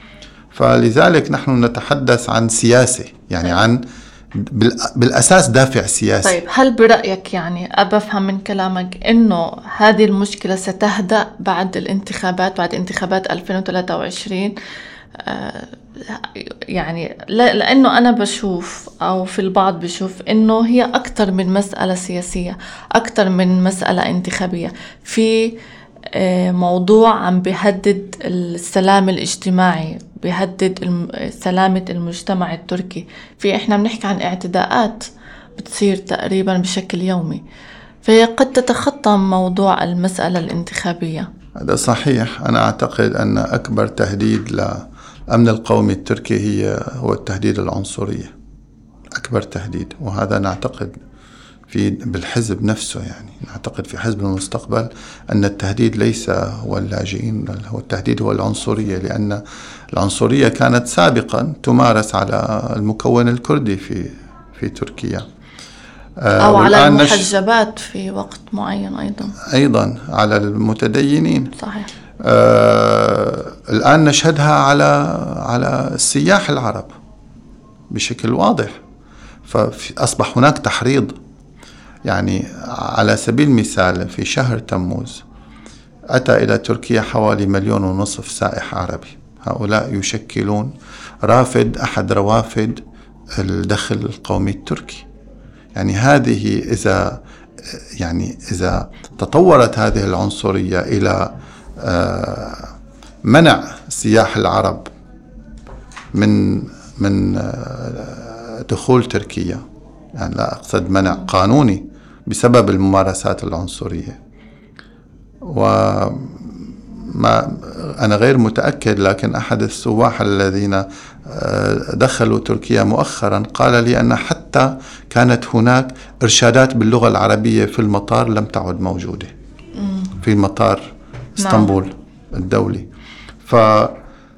فلذلك نحن نتحدث عن سياسة، يعني عن بالأساس دافع سياسي. طيب، هل برأيك يعني أبفهم من كلامك إنه هذه المشكلة ستهدأ بعد الانتخابات، بعد انتخابات ألفين وثلاثة وعشرين؟ آه يعني لأنه أنا بشوف أو في البعض بشوف إنه هي أكتر من مسألة سياسية، أكتر من مسألة انتخابية، في موضوع عم بيهدد السلام الاجتماعي، بيهدد سلامة المجتمع التركي. في إحنا بنحكي عن اعتداءات بتصير تقريبا بشكل يومي، فهي قد تتخطى موضوع المسألة الانتخابية. هذا صحيح. أنا أعتقد أن أكبر تهديد ل الأمن القومي التركي هي هو التهديد العنصرية، أكبر تهديد. وهذا نعتقد في بالحزب نفسه، يعني نعتقد في حزب المستقبل أن التهديد ليس هو اللاجئين، هو التهديد هو العنصرية، لأن العنصرية كانت سابقا تمارس على المكون الكردي في في تركيا، أو على المحجبات في وقت معين، أيضا أيضا على المتدينين. صحيح. آه الآن نشهدها على على السياح العرب بشكل واضح، فأصبح هناك تحريض. يعني على سبيل المثال في شهر تموز أتى إلى تركيا حوالي مليون ونصف سائح عربي، هؤلاء يشكلون رافد أحد روافد الدخل القومي التركي. يعني هذه إذا يعني إذا تطورت هذه العنصرية إلى منع سياح العرب من من دخول تركيا، يعني لا أقصد منع قانوني بسبب الممارسات العنصرية، وما أنا غير متأكد، لكن أحد السواح الذين دخلوا تركيا مؤخرا قال لي أن حتى كانت هناك إرشادات باللغة العربية في المطار لم تعد موجودة في مطار اسطنبول الدولي. فأنا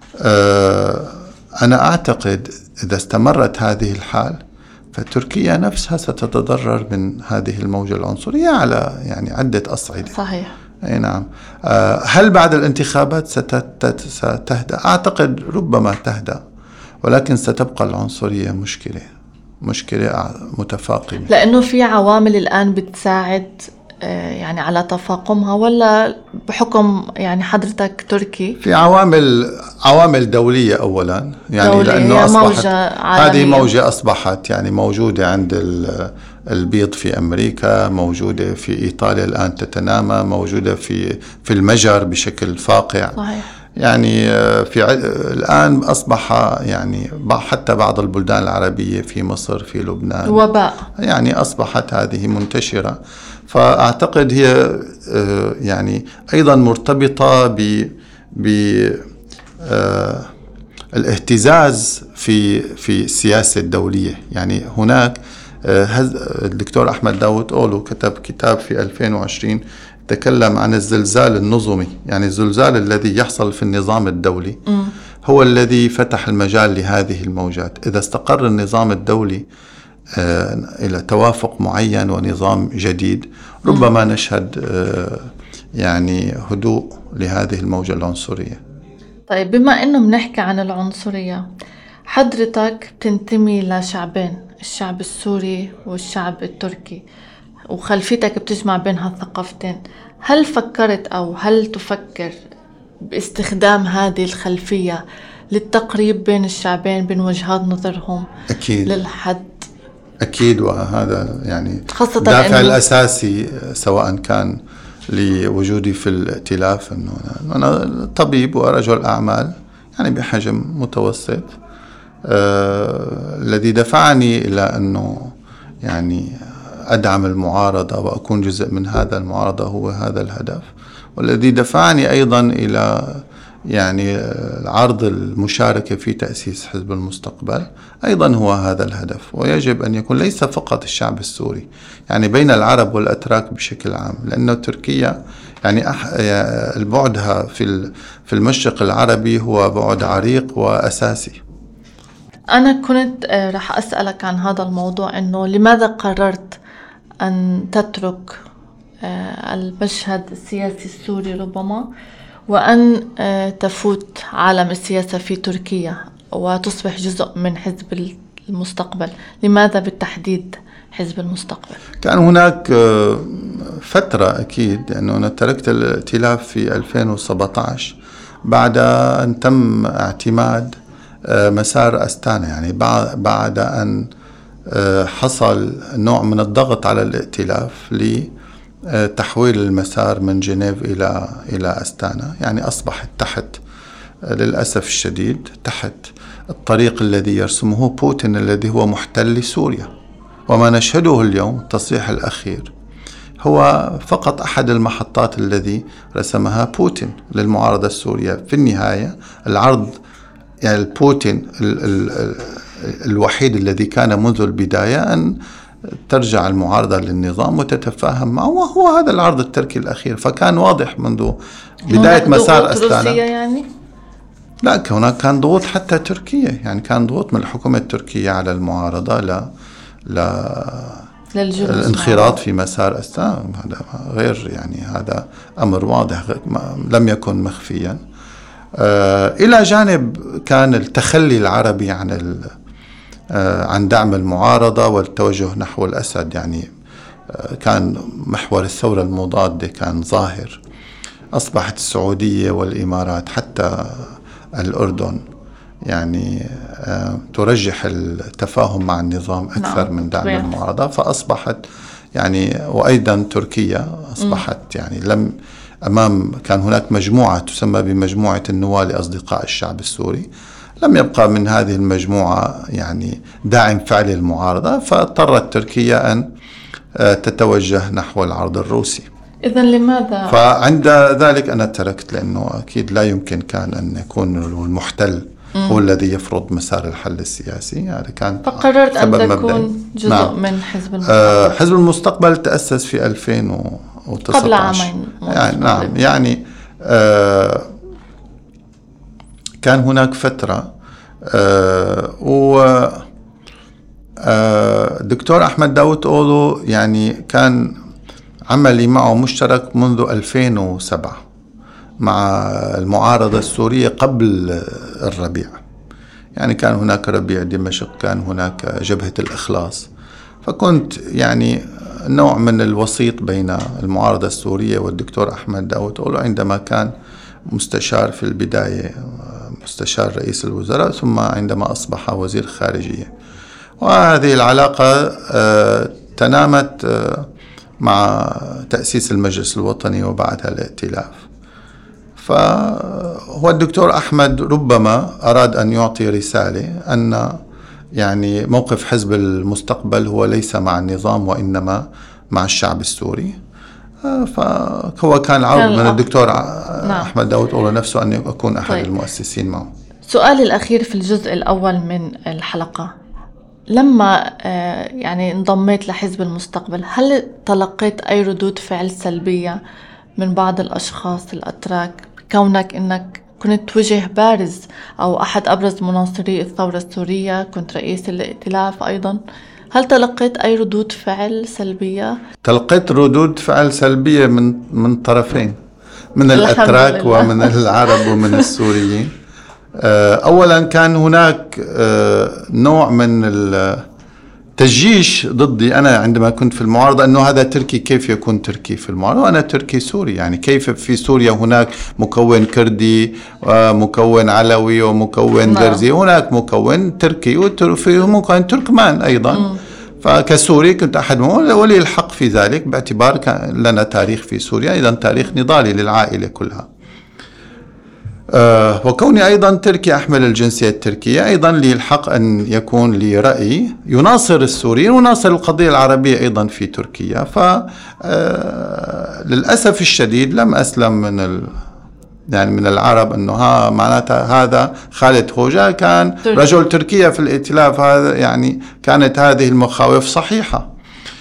أعتقد إذا استمرت هذه الحال فتركيا نفسها ستتضرر من هذه الموجة العنصرية على يعني عدة أصعدة. صحيح. أي نعم. هل بعد الانتخابات ستهدأ؟ أعتقد ربما تهدأ، ولكن ستبقى العنصرية مشكلة مشكلة متفاقمة. لأنه في عوامل الآن بتساعد يعني على تفاقمها، ولا بحكم يعني حضرتك تركي؟ في عوامل عوامل دولية أولا، يعني دولية لأنه أصبحت موجة هذه موجة أصبحت يعني موجودة عند البيض في أمريكا، موجودة في إيطاليا الآن تتنامى، موجودة في في المجر بشكل فاقع. صحيح. يعني في الآن أصبح يعني حتى بعض البلدان العربية في مصر في لبنان وباء، يعني أصبحت هذه منتشرة. فأعتقد هي يعني أيضا مرتبطة ب ب الاهتزاز في في السياسة الدولية. يعني هناك الدكتور أحمد داوود أولو كتب كتاب في ألفين وعشرين تكلم عن الزلزال النظمي، يعني الزلزال الذي يحصل في النظام الدولي م. هو الذي فتح المجال لهذه الموجات. إذا استقر النظام الدولي آه إلى توافق معين ونظام جديد، ربما م. نشهد آه يعني هدوء لهذه الموجة العنصرية. طيب، بما أنه بنحكي عن العنصرية، حضرتك بتنتمي لشعبين، الشعب السوري والشعب التركي، وخلفيتك بتجمع بين هالثقافتين. هل فكرت أو هل تفكر باستخدام هذه الخلفية للتقريب بين الشعبين، بين وجهات نظرهم؟ أكيد للحد أكيد، وهذا يعني الدافع الأساسي سواء كان لوجودي في الائتلاف أنه أنا طبيب ورجل أعمال يعني بحجم متوسط، آه الذي دفعني إلى أنه يعني أدعم المعارضة وأكون جزء من هذا المعارضة هو هذا الهدف، والذي دفعني أيضا إلى يعني العرض المشاركة في تأسيس حزب المستقبل أيضا هو هذا الهدف. ويجب أن يكون ليس فقط الشعب السوري، يعني بين العرب والأتراك بشكل عام، لأنه تركيا يعني بعدها في في المشرق العربي هو بعد عريق وأساسي. أنا كنت رح أسألك عن هذا الموضوع، إنه لماذا قررت أن تترك المشهد السياسي السوري ربما، وأن تفوت عالم السياسة في تركيا وتصبح جزء من حزب المستقبل؟ لماذا بالتحديد حزب المستقبل؟ كان هناك فترة أكيد أنه أنا تركت الائتلاف في ألفين وسبعة عشر بعد أن تم اعتماد مسار أستانا، يعني بعد أن حصل نوع من الضغط على الائتلاف لتحويل المسار من جنيف إلى إلى أستانا. يعني أصبحت تحت للأسف الشديد تحت الطريق الذي يرسمه بوتين الذي هو محتل سوريا. وما نشهده اليوم التصريح الأخير هو فقط أحد المحطات الذي رسمها بوتين للمعارضة السورية. في النهاية العرض يعني بوتين ال ال ال الوحيد الذي كان منذ البداية أن ترجع المعارضة للنظام وتتفاهم معه، وهو هذا العرض التركي الأخير. فكان واضح منذ بداية مسار أستانا. يعني لا، هناك كان ضغوط حتى تركيا، يعني كان ضغوط من الحكومة التركية على المعارضة لا لا الانخراط في مسار أستانا. هذا غير يعني هذا أمر واضح لم يكن مخفيا. آه إلى جانب كان التخلي العربي عن آه عن دعم المعارضة والتوجه نحو الأسد. يعني آه كان محور الثورة المضادة كان ظاهر. أصبحت السعودية والإمارات حتى الأردن يعني آه ترجح التفاهم مع النظام أكثر نعم. من دعم طبيعي. المعارضة. فأصبحت يعني وأيضا تركيا أصبحت م. يعني لم أمام كان هناك مجموعة تسمى بمجموعة النواة لأصدقاء الشعب السوري، لم يبقى من هذه المجموعة يعني داعم فعلي المعارضة، فاضطرت تركيا أن تتوجه نحو العرض الروسي. إذن لماذا؟ فعند ذلك أنا تركت، لأنه أكيد لا يمكن كان أن يكون المحتل مم. هو الذي يفرض مسار الحل السياسي. هذا يعني كان فقررت أن تكون جزء نعم. من حزب المستقبل. آه حزب المستقبل تأسس في ألفين وتسعة عشر قبل عامين يعني نعم يعني آه كان هناك فترة آه و آه دكتور أحمد داوود أولو يعني كان عملي معه مشترك منذ ألفين وسبعة مع المعارضة السورية قبل الربيع. يعني كان هناك ربيع دمشق، كان هناك جبهة الإخلاص. فكنت يعني نوع من الوسيط بين المعارضة السورية والدكتور أحمد داوود أوغلو عندما كان مستشار في البداية، مستشار رئيس الوزراء، ثم عندما أصبح وزير خارجية. وهذه العلاقة تنامت مع تأسيس المجلس الوطني وبعدها الائتلاف. فهو الدكتور أحمد ربما أراد أن يعطي رسالة أن يعني موقف حزب المستقبل هو ليس مع النظام وإنما مع الشعب السوري. فهو كان عرض من الدكتور نعم. أحمد داوود أوغلو نفسه أن يكون أحد طيب. المؤسسين معه. سؤالي الأخير في الجزء الأول من الحلقة، لما يعني انضميت لحزب المستقبل، هل تلقيت أي ردود فعل سلبية من بعض الأشخاص الأتراك كونك أنك كنت وجه بارز أو أحد أبرز مناصري الثورة السورية، كنت رئيس الائتلاف أيضا؟ هل تلقيت أي ردود فعل سلبية؟ تلقيت ردود فعل سلبية من من طرفين، من الأتراك ومن العرب ومن السوريين. أولا كان هناك نوع من التجيش ضدي أنا عندما كنت في المعارضة، أنه هذا تركي، كيف يكون تركي في المعارضة وأنا تركي سوري؟ يعني كيف في سوريا هناك مكون كردي ومكون علوي ومكون درزي، هناك مكون تركي وفي مكون تركمان أيضا. م. فكسوري كنت أحد ولي الحق في ذلك، باعتبار كان لنا تاريخ في سوريا، أيضا تاريخ نضالي للعائلة كلها. أه وكوني أيضا تركي أحمل الجنسية التركية، أيضا لي الحق أن يكون لي رأي يناصر السوريين ويناصر القضية العربية أيضا في تركيا. فللأسف الشديد لم أسلم من ال يعني من العرب أنه ها معناتها هذا خالد خوجة كان رجل تركيا في الائتلاف. هذا يعني كانت هذه المخاوف صحيحة.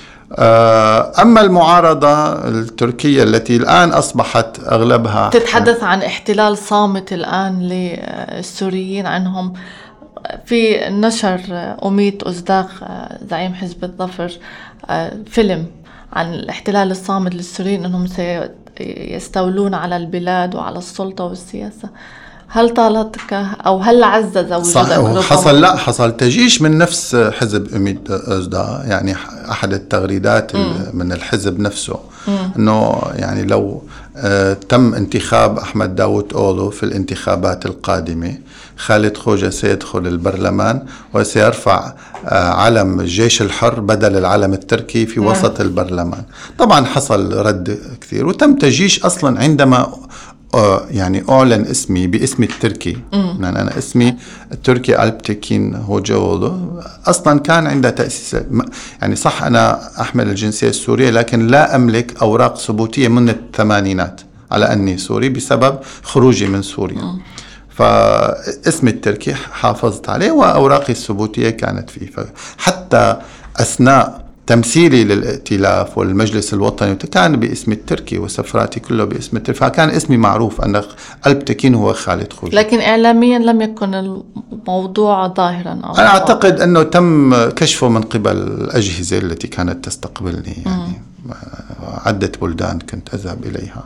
أما المعارضة التركية التي الآن أصبحت أغلبها تتحدث عن احتلال صامت الآن للسوريين عنهم. في نشر أميت أزداق زعيم حزب الظفر فيلم عن الاحتلال الصامت للسوريين، أنهم سيستولون على البلاد وعلى السلطة والسياسة. هل طالتك أو هل عزز وجودك؟ حصل لا حصل تجيش من نفس حزب أميت أزداق، يعني أحد التغريدات م. من الحزب نفسه م. أنه يعني لو آه تم انتخاب أحمد داوود أوغلو في الانتخابات القادمة، خالد خوجة سيدخل البرلمان وسيرفع آه علم الجيش الحر بدل العلم التركي في م. وسط البرلمان. طبعا حصل رد كثير وتم تجيش أصلا عندما يعني أعلن اسمي باسمي التركي. يعني أنا اسمي التركي ألبتكين هوجاوغلو أصلا كان عندها تأسيس. يعني صح أنا أحمل الجنسية السورية، لكن لا أملك أوراق ثبوتية من الثمانينات على أني سوري بسبب خروجي من سوريا. م. فاسمي التركي حافظت عليه وأوراقي الثبوتية كانت فيه. حتى أثناء تمثيلي للائتلاف والمجلس الوطني كان باسم التركي وسفراتي كله باسم التركي، فكان اسمي معروف أن ألبتكين هو خالد خوجة. لكن إعلاميا لم يكن الموضوع ظاهرا أو أنا أعتقد واضح. أنه تم كشفه من قبل الأجهزة التي كانت تستقبلني، يعني م. عدة بلدان كنت أذهب إليها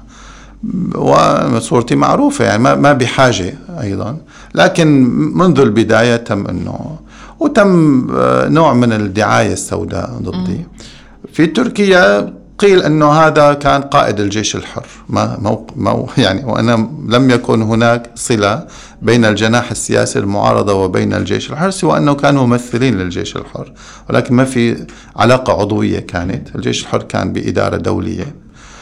وصورتي معروفة، يعني ما بحاجة أيضا. لكن منذ البداية تم أنه وتم نوع من الدعاية السوداء ضدي. في تركيا قيل أنه هذا كان قائد الجيش الحر، ما مو مو يعني وأنا لم يكن هناك صلة بين الجناح السياسي المعارضة وبين الجيش الحر، سوى أنه كانوا ممثلين للجيش الحر، ولكن ما في علاقة عضوية كانت. الجيش الحر كان بإدارة دولية.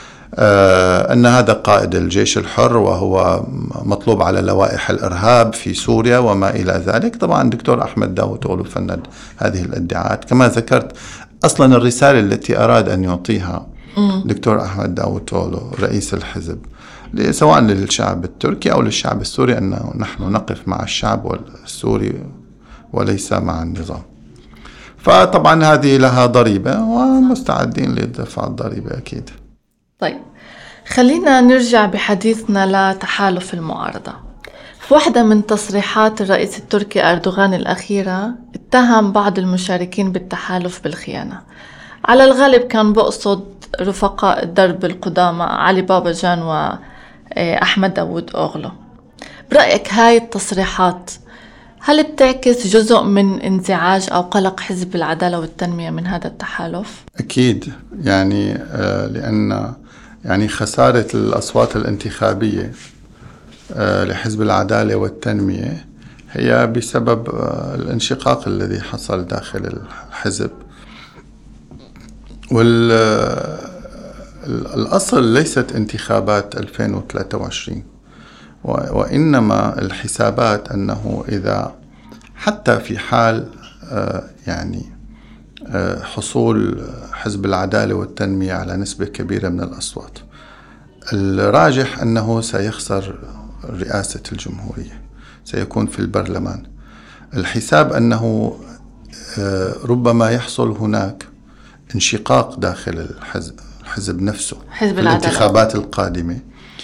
آه أن هذا قائد الجيش الحر وهو مطلوب على لوائح الإرهاب في سوريا وما إلى ذلك. طبعا الدكتور أحمد داوود أوغلو فند هذه الادعاءات. كما ذكرت أصلا الرسالة التي أراد أن يعطيها دكتور أحمد داوود أوغلو رئيس الحزب سواء للشعب التركي أو للشعب السوري، أنه نحن نقف مع الشعب السوري وليس مع النظام. فطبعا هذه لها ضريبة ومستعدين لدفع الضريبة أكيد. طيب خلينا نرجع بحديثنا لتحالف المعارضة. في واحدة من تصريحات الرئيس التركي أردوغان الأخيرة اتهم بعض المشاركين بالتحالف بالخيانة. على الغالب كان بقصد رفقاء الدرب القدامى علي بابا جان وأحمد داوود أوغلو. برأيك هاي التصريحات هل بتعكس جزء من انزعاج أو قلق حزب العدالة والتنمية من هذا التحالف؟ أكيد، يعني لأن يعني خسارة الأصوات الانتخابية لحزب العدالة والتنمية هي بسبب الانشقاق الذي حصل داخل الحزب. والأصل ليست انتخابات ألفين وثلاثة وعشرين، وإنما الحسابات أنه إذا حتى في حال يعني حصول حزب العدالة والتنمية على نسبة كبيرة من الأصوات، الراجح أنه سيخسر رئاسة الجمهورية، سيكون في البرلمان. الحساب أنه ربما يحصل هناك انشقاق داخل الحزب, الحزب نفسه حزب في الانتخابات القادمة،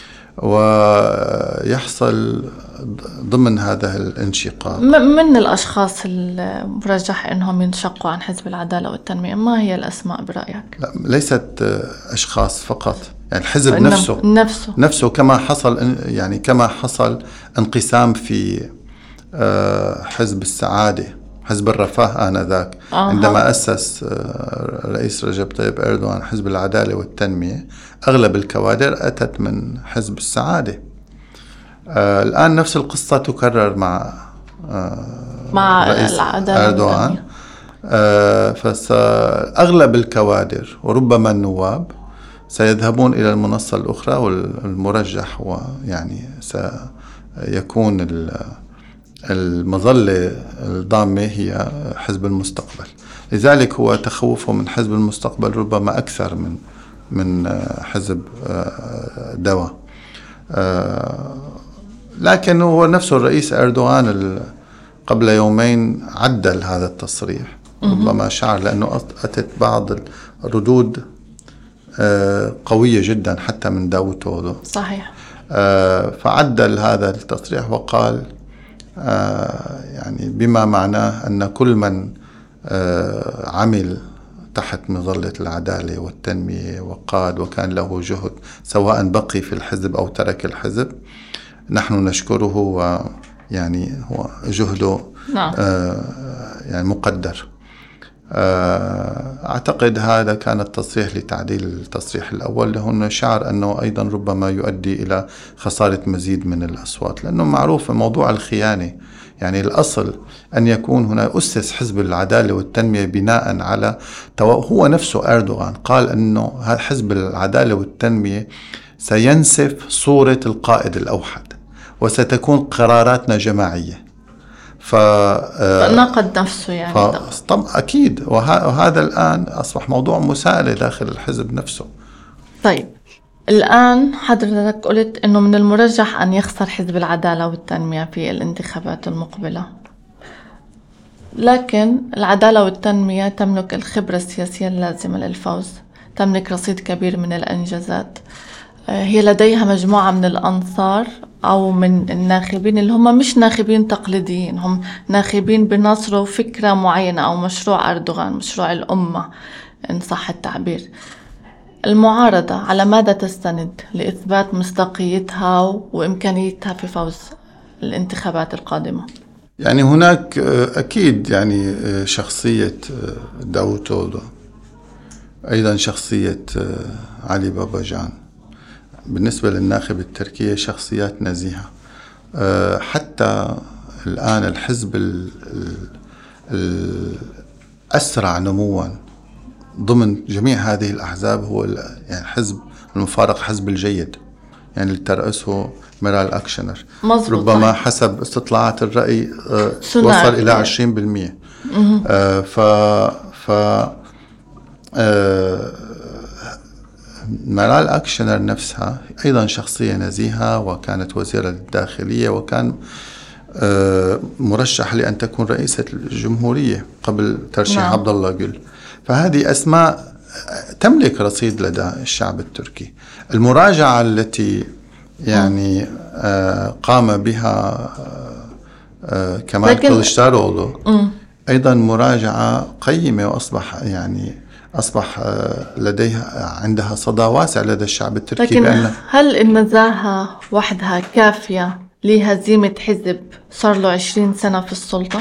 ويحصل ضمن هذا الانشقاق من الأشخاص المرجح أنهم ينشقوا عن حزب العدالة والتنمية. ما هي الأسماء برأيك؟ لا، ليست أشخاص فقط، يعني الحزب نفسه نفسه نفسه كما حصل يعني كما حصل انقسام في حزب السعادة، حزب الرفاه آنذاك آه. عندما أسس رئيس رجب طيب أردوغان حزب العدالة والتنمية، أغلب الكوادر أتت من حزب السعادة. آه الآن نفس القصة تكرر مع آه مع رئيس أردوغان. آه فأغلب الكوادر وربما النواب سيذهبون إلى المنصة الأخرى، والمرجح هو يعني سيكون المظلة الضامة هي حزب المستقبل. لذلك هو تخوفه من حزب المستقبل ربما أكثر من من حزب دوا. لكن هو نفسه الرئيس أردوغان قبل يومين عدل هذا التصريح، ربما شعر لأنه أتت بعض الردود قوية جدا حتى من داوود. صحيح. فعدل هذا التصريح وقال آه يعني بما معناه أن كل من آه عمل تحت مظلة العدالة والتنمية وقاد وكان له جهد سواء بقي في الحزب أو ترك الحزب، نحن نشكره، ويعني هو جهده نعم. آه يعني مقدر. أعتقد هذا كان التصريح لتعديل التصريح الأول، لأنه شعر أنه أيضا ربما يؤدي إلى خسارة مزيد من الأصوات، لأنه معروف موضوع الخيانة. يعني الأصل أن يكون هنا أسس حزب العدالة والتنمية بناء على هو نفسه أردوغان قال أنه حزب العدالة والتنمية سينسف صورة القائد الأوحد وستكون قراراتنا جماعية. فنقد نفسه يعني. طب أكيد، وهذا الآن أصبح موضوع مساءلة داخل الحزب نفسه. طيب الآن حضرتك قلت أنه من المرجح أن يخسر حزب العدالة والتنمية في الانتخابات المقبلة، لكن العدالة والتنمية تملك الخبرة السياسية اللازمة للفوز، تملك رصيد كبير من الإنجازات، هي لديها مجموعة من الأنصار أو من الناخبين اللي هم مش ناخبين تقليديين، هم ناخبين بنصروا فكرة معينة أو مشروع أردوغان، مشروع الأمة إن صح التعبير. المعارضة على ماذا تستند لإثبات مصداقيتها وإمكانيتها في فوز الانتخابات القادمة؟ يعني هناك أكيد يعني شخصية داوود تودو، أيضا شخصية علي باباجان، بالنسبة للناخب التركية شخصيات نزيهة. حتى الآن الحزب الأسرع نموا ضمن جميع هذه الأحزاب هو يعني حزب المفارق، حزب الجيد، يعني اللي ترأسه ميرال أكشنر، ربما حسب استطلاعات الرأي وصل إلى عشرين بالمئة. ف ف ميرال أكشنر نفسها أيضا شخصية نزيهة، وكانت وزيرة للداخلية، وكان مرشح لأن تكون رئيسة الجمهورية قبل ترشيح نعم. عبد الله جل. فهذه أسماء تملك رصيد لدى الشعب التركي. المراجعة التي يعني قام بها كمال كılıçdaroğlu أيضا مراجعة قيمة، وأصبح يعني أصبح لديها عندها صدى واسع لدى الشعب التركي. لكن بأن هل النزاهة وحدها كافية لهزيمة حزب صار له عشرين سنة في السلطة؟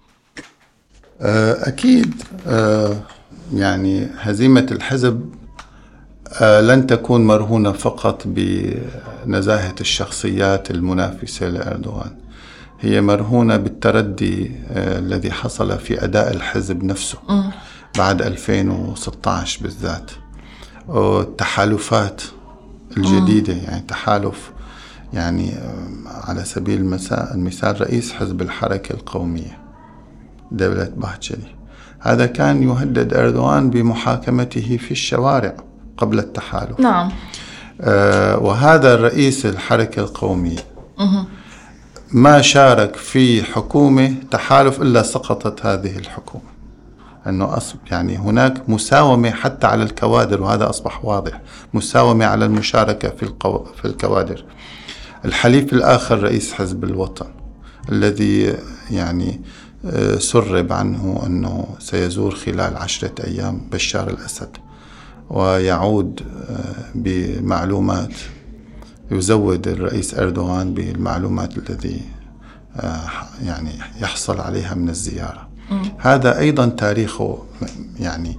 أكيد. يعني هزيمة الحزب لن تكون مرهونة فقط بنزاهة الشخصيات المنافسة لأردوغان، هي مرهونة بالتردي الذي حصل في أداء الحزب نفسه م. بعد ألفين وستة عشر بالذات، والتحالفات الجديدة. م. يعني تحالف، يعني على سبيل المثال رئيس حزب الحركة القومية دولة باهتشلي، هذا كان يهدد أردوغان بمحاكمته في الشوارع قبل التحالف. نعم. آه وهذا الرئيس الحركة القومية م. ما شارك في حكومة تحالف إلا سقطت هذه الحكومة. أنه يعني هناك مساومة حتى على الكوادر، وهذا أصبح واضح، مساومة على المشاركة في, القو... في الكوادر. الحليف الآخر رئيس حزب الوطن الذي يعني سرب عنه أنه سيزور خلال عشرة أيام بشار الأسد ويعود بمعلومات، يزود الرئيس أردوغان بالمعلومات الذي يعني يحصل عليها من الزيارة. م. هذا أيضا تاريخه يعني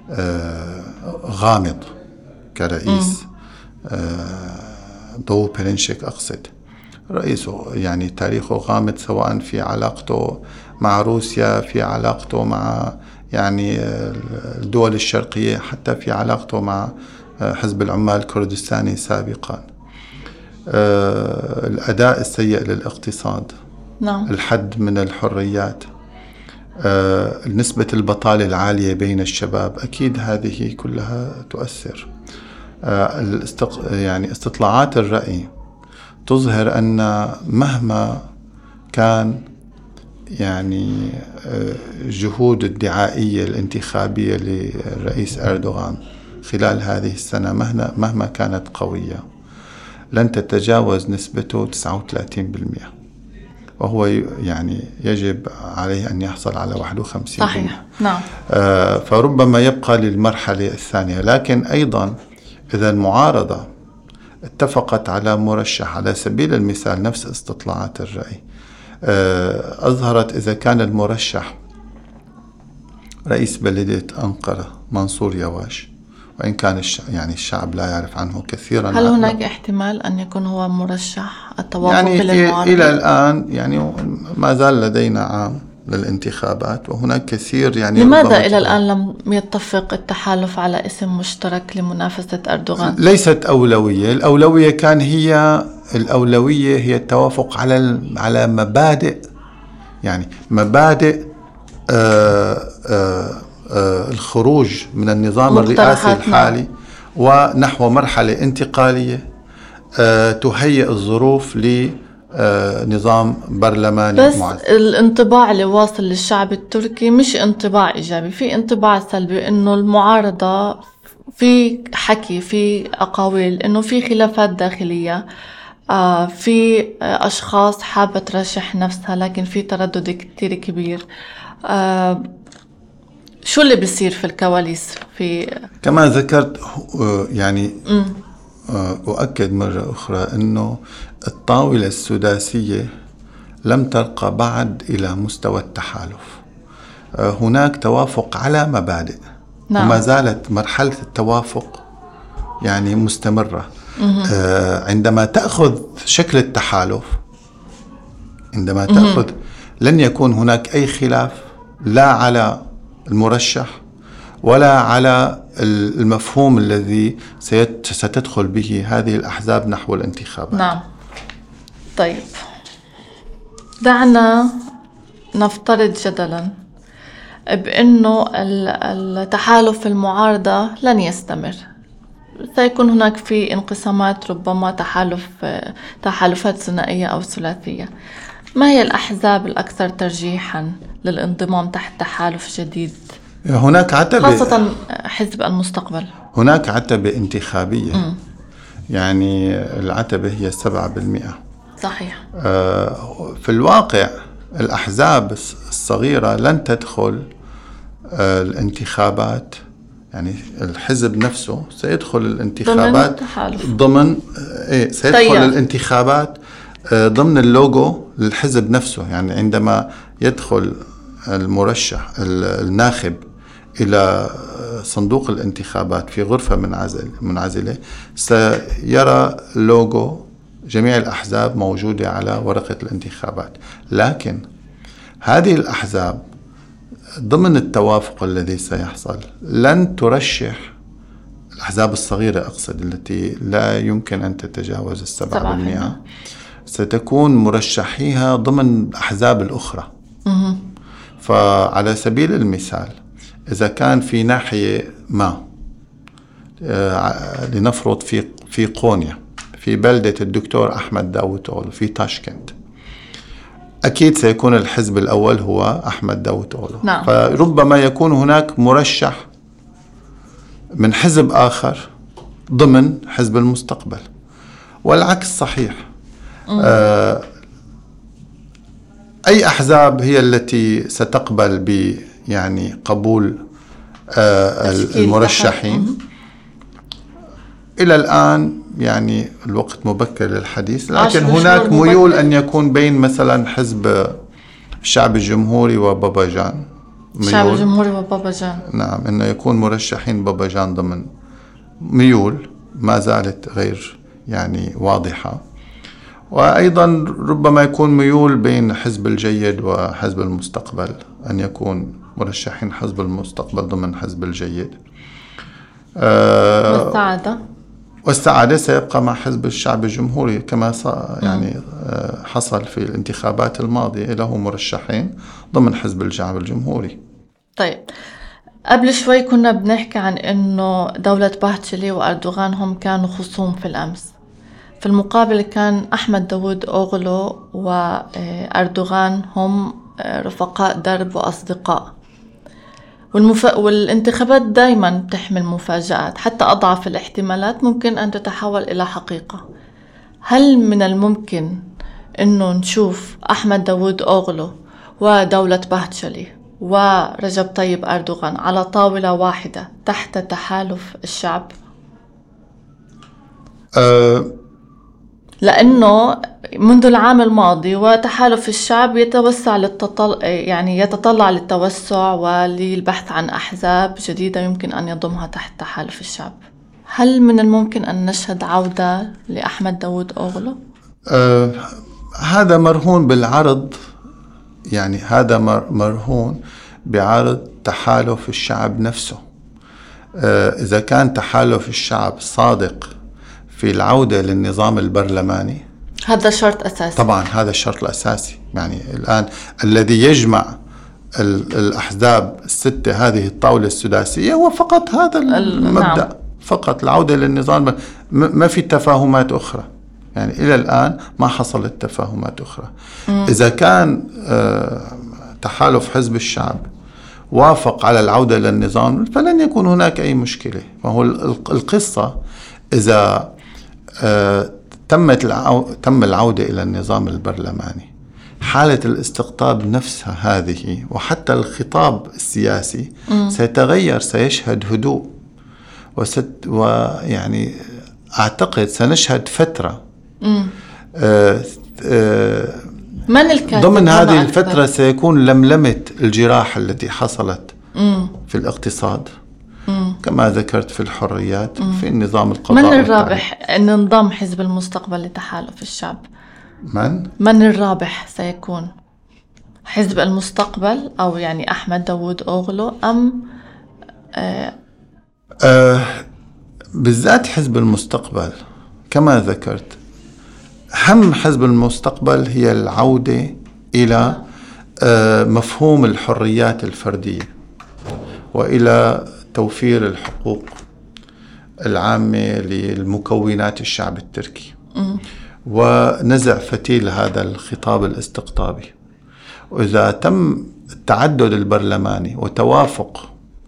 غامض كرئيس. ضو بلينشيك أقصد رئيسه، يعني تاريخه غامض، سواء في علاقته مع روسيا، في علاقته مع يعني الدول الشرقية، حتى في علاقته مع حزب العمال الكردستاني سابقا. الأداء السيء للاقتصاد. نعم. الحد من الحريات، نسبة البطالة العالية بين الشباب، أكيد هذه كلها تؤثر. يعني استطلاعات الرأي تظهر أن مهما كان يعني جهود الدعائية الانتخابية للرئيس أردوغان خلال هذه السنة مهما كانت قوية لن تتجاوز نسبته تسعة وثلاثين بالمئة، وهو يعني يجب عليه أن يحصل على واحد وخمسين بالمئة. صحيح. نعم. آه فربما يبقى للمرحلة الثانية. لكن أيضا إذا المعارضة اتفقت على مرشح، على سبيل المثال نفس استطلاعات الرأي آه أظهرت إذا كان المرشح رئيس بلدية أنقرة منصور يواش، وإن كان الش... يعني الشعب لا يعرف عنه كثيرا، هل هناك احتمال أن يكون هو مرشح التوافق يعني للمعارضة؟ إلى الآن يعني ما زال لدينا عام للانتخابات، وهناك كثير يعني. لماذا إلى الآن لم يتفق التحالف على اسم مشترك لمنافسة أردوغان؟ ليست أولوية. الأولوية كان هي الأولوية هي التوافق على على مبادئ، يعني مبادئ آآ آآ آآ الخروج من النظام الرئاسي الحالي ونحو مرحلة انتقالية تهيئ الظروف لنظام برلماني بس معزز. الانطباع اللي واصل للشعب التركي مش انطباع إيجابي، في انطباع سلبي إنه المعارضة في حكي، في أقاويل إنه في خلافات داخلية، آه في أشخاص حابة ترشح نفسها لكن في تردد كتير كبير. آه شو اللي بيصير في الكواليس؟ في كما ذكرت يعني م. أؤكد مرة أخرى أنه الطاولة السداسية لم ترقى بعد إلى مستوى التحالف. هناك توافق على مبادئ. نعم. وما زالت مرحلة التوافق يعني مستمرة. م. عندما تأخذ شكل التحالف، عندما تأخذ م. لن يكون هناك أي خلاف لا على المرشح ولا على المفهوم الذي ستدخل به هذه الأحزاب نحو الانتخابات. نعم. طيب دعنا نفترض جدلا بأنه التحالف المعارضة لن يستمر، سيكون هناك في انقسامات، ربما تحالف تحالفات ثنائية أو ثلاثية. ما هي الأحزاب الأكثر ترجيحا للانضمام تحت تحالف جديد؟ هناك عتبة، خاصة حزب المستقبل. هناك عتبة انتخابية. م. يعني العتبة هي سبعة بالمئة. صحيح. آه في الواقع الأحزاب الصغيرة لن تدخل آه الانتخابات، يعني الحزب نفسه سيدخل الانتخابات ضمن ضمن إيه سيدخل طيب. الانتخابات ضمن اللوجو للحزب نفسه. يعني عندما يدخل المرشح الناخب إلى صندوق الانتخابات في غرفة منعزل منعزلة سيرى لوجو جميع الأحزاب موجودة على ورقة الانتخابات. لكن هذه الأحزاب ضمن التوافق الذي سيحصل لن ترشح الأحزاب الصغيرة، أقصد التي لا يمكن أن تتجاوز السبعة بالمئة، ستكون مرشحيها ضمن الأحزاب الأخرى. فعلى سبيل المثال إذا كان في ناحية ما لنفرض في في قونيا في بلدة الدكتور أحمد داوود أوغلو في تاشكنت، أكيد سيكون الحزب الأول هو أحمد داوود أوغلو. نعم. فربما يكون هناك مرشح من حزب آخر ضمن حزب المستقبل، والعكس صحيح. آه أي أحزاب هي التي ستقبل ب يعني قبول آه المرشحين؟ إلى الآن يعني الوقت مبكر للحديث، لكن هناك ميول أن يكون بين مثلا حزب الشعب الجمهوري وباباجان. الشعب الجمهوري وباباجان، نعم، أنه يكون مرشحين باباجان ضمن ميول ما زالت غير يعني واضحة. وأيضا ربما يكون ميول بين حزب الجيد وحزب المستقبل، أن يكون مرشحين حزب المستقبل ضمن حزب الجيد. أه والسعادة والسعادة سيبقى مع حزب الشعب الجمهوري كما يعني حصل في الانتخابات الماضية، له مرشحين ضمن حزب الشعب الجمهوري. طيب، قبل شوي كنا بنحكي عن إنه دولة باهتشلي وأردوغان هم كانوا خصوم في الأمس، في المقابل كان أحمد داوود أوغلو وأردوغان هم رفقاء درب وأصدقاء. والمف... والانتخابات دايما تحمل مفاجآت، حتى أضعف الاحتمالات ممكن أن تتحول إلى حقيقة. هل من الممكن أنه نشوف أحمد داوود أوغلو ودولة باهتشلي ورجب طيب أردوغان على طاولة واحدة تحت تحالف الشعب؟ أه لأنه منذ العام الماضي وتحالف الشعب يتوسع للتطل... يعني يتطلع للتوسع وللبحث عن أحزاب جديدة يمكن أن يضمها تحت تحالف الشعب. هل من الممكن أن نشهد عودة لأحمد داوود أوغلو؟ أه هذا مرهون بالعرض، يعني هذا مرهون بعرض تحالف الشعب نفسه. أه إذا كان تحالف الشعب صادق في العودة للنظام البرلماني، هذا شرط أساسي. طبعا هذا الشرط الأساسي. يعني الآن الذي يجمع الأحزاب الستة هذه الطاولة السداسية هو فقط هذا المبدأ. نعم. فقط العودة للنظام، ما في تفاهمات أخرى. يعني إلى الآن ما حصلت تفاهمات أخرى. م. إذا كان تحالف حزب الشعب وافق على العودة للنظام فلن يكون هناك أي مشكلة. وهو القصة إذا آه تمت العو... تم العودة إلى النظام البرلماني، حالة الاستقطاب نفسها هذه وحتى الخطاب السياسي م. سيتغير، سيشهد هدوء، وست... ويعني أعتقد سنشهد فترة آه آه من الكاتب ضمن هذه الفترة سيكون لملمة الجراح التي حصلت م. في الاقتصاد، مم. كما ذكرت في الحريات، مم. في النظام القضائي. من الرابح أن ينضم حزب المستقبل لتحالف الشعب؟ من؟ من الرابح سيكون؟ حزب المستقبل أو يعني أحمد داوود أوغلو أم آه آه بالذات حزب المستقبل كما ذكرت، هم حزب المستقبل هي العودة إلى آه مفهوم الحريات الفردية وإلى توفير الحقوق العامة للمكونات الشعب التركي، م. ونزع فتيل هذا الخطاب الاستقطابي. وإذا تم التعدد البرلماني وتوافق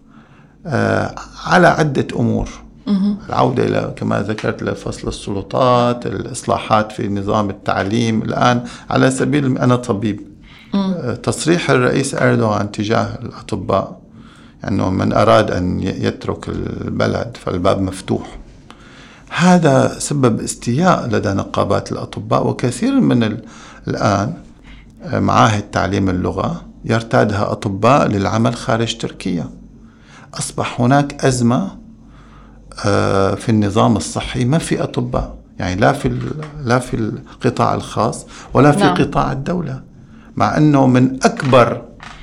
آه على عدة أمور، م. العودة إلى كما ذكرت لفصل السلطات، الإصلاحات في نظام التعليم. الآن على سبيل أنا طبيب، آه تصريح الرئيس أردوغان تجاه الأطباء أنه من أراد أن يترك البلد فالباب مفتوح. هذا سبب استياء لدى نقابات الأطباء، وكثير من ال... الآن معاهد تعليم اللغة يرتادها أطباء للعمل خارج تركيا. أصبح هناك أزمة في النظام الصحي، ما في أطباء، يعني لا في لا في القطاع الخاص ولا في نعم. قطاع الدولة، مع أنه من أكبر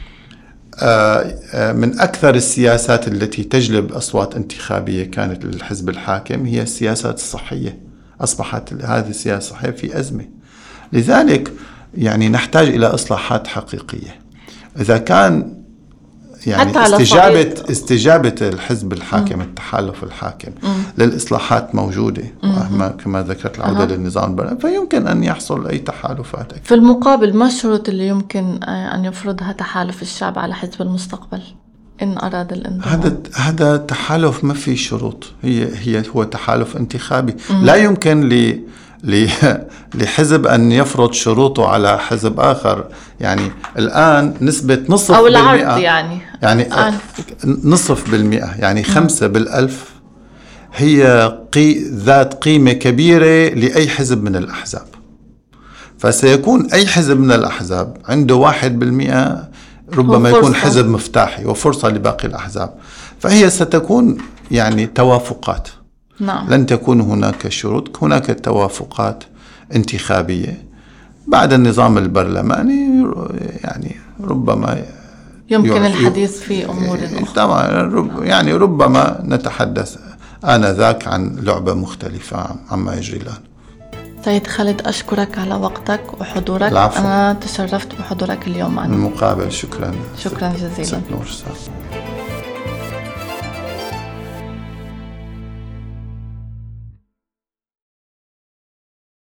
من أكثر السياسات التي تجلب أصوات انتخابية كانت للحزب الحاكم هي السياسات الصحية. أصبحت هذه السياسة الصحية في أزمة، لذلك يعني نحتاج إلى إصلاحات حقيقية. إذا كان يعني استجابة استجابة الحزب الحاكم، م. التحالف الحاكم م. للإصلاحات موجودة، كما ذكرت العودة أه. للنظام البرلماني، فيمكن أن يحصل أي تحالفات. في المقابل ما الشروط اللي يمكن أن يفرضها تحالف الشعب على حزب المستقبل إن أراد الانضمام؟ هذا هذا تحالف ما في شروط، هي هي هو تحالف انتخابي. م. لا يمكن ل لحزب أن يفرض شروطه على حزب آخر. يعني الآن نسبة نصف أو بالمئة، العرض يعني يعني آه. نصف بالمئة، يعني خمسة بالألف هي قي ذات قيمة كبيرة لأي حزب من الأحزاب. فسيكون أي حزب من الأحزاب عنده واحد بالمئة ربما يكون حزب مفتاحي وفرصة لباقي الأحزاب. فهي ستكون يعني توافقات، نعم. لن تكون هناك شروط، هناك توافقات انتخابية بعد النظام البرلماني. يعني ربما يمكن الحديث في أمور أخرى. طبعا يعني ربما نتحدث آنذاك عن لعبة مختلفة عما يجري الآن. سيد خالد، أشكرك على وقتك وحضورك. العفو. أنا تشرفت بحضورك اليوم معنا. المقابل. شكرا شكرا جزيلا. نور.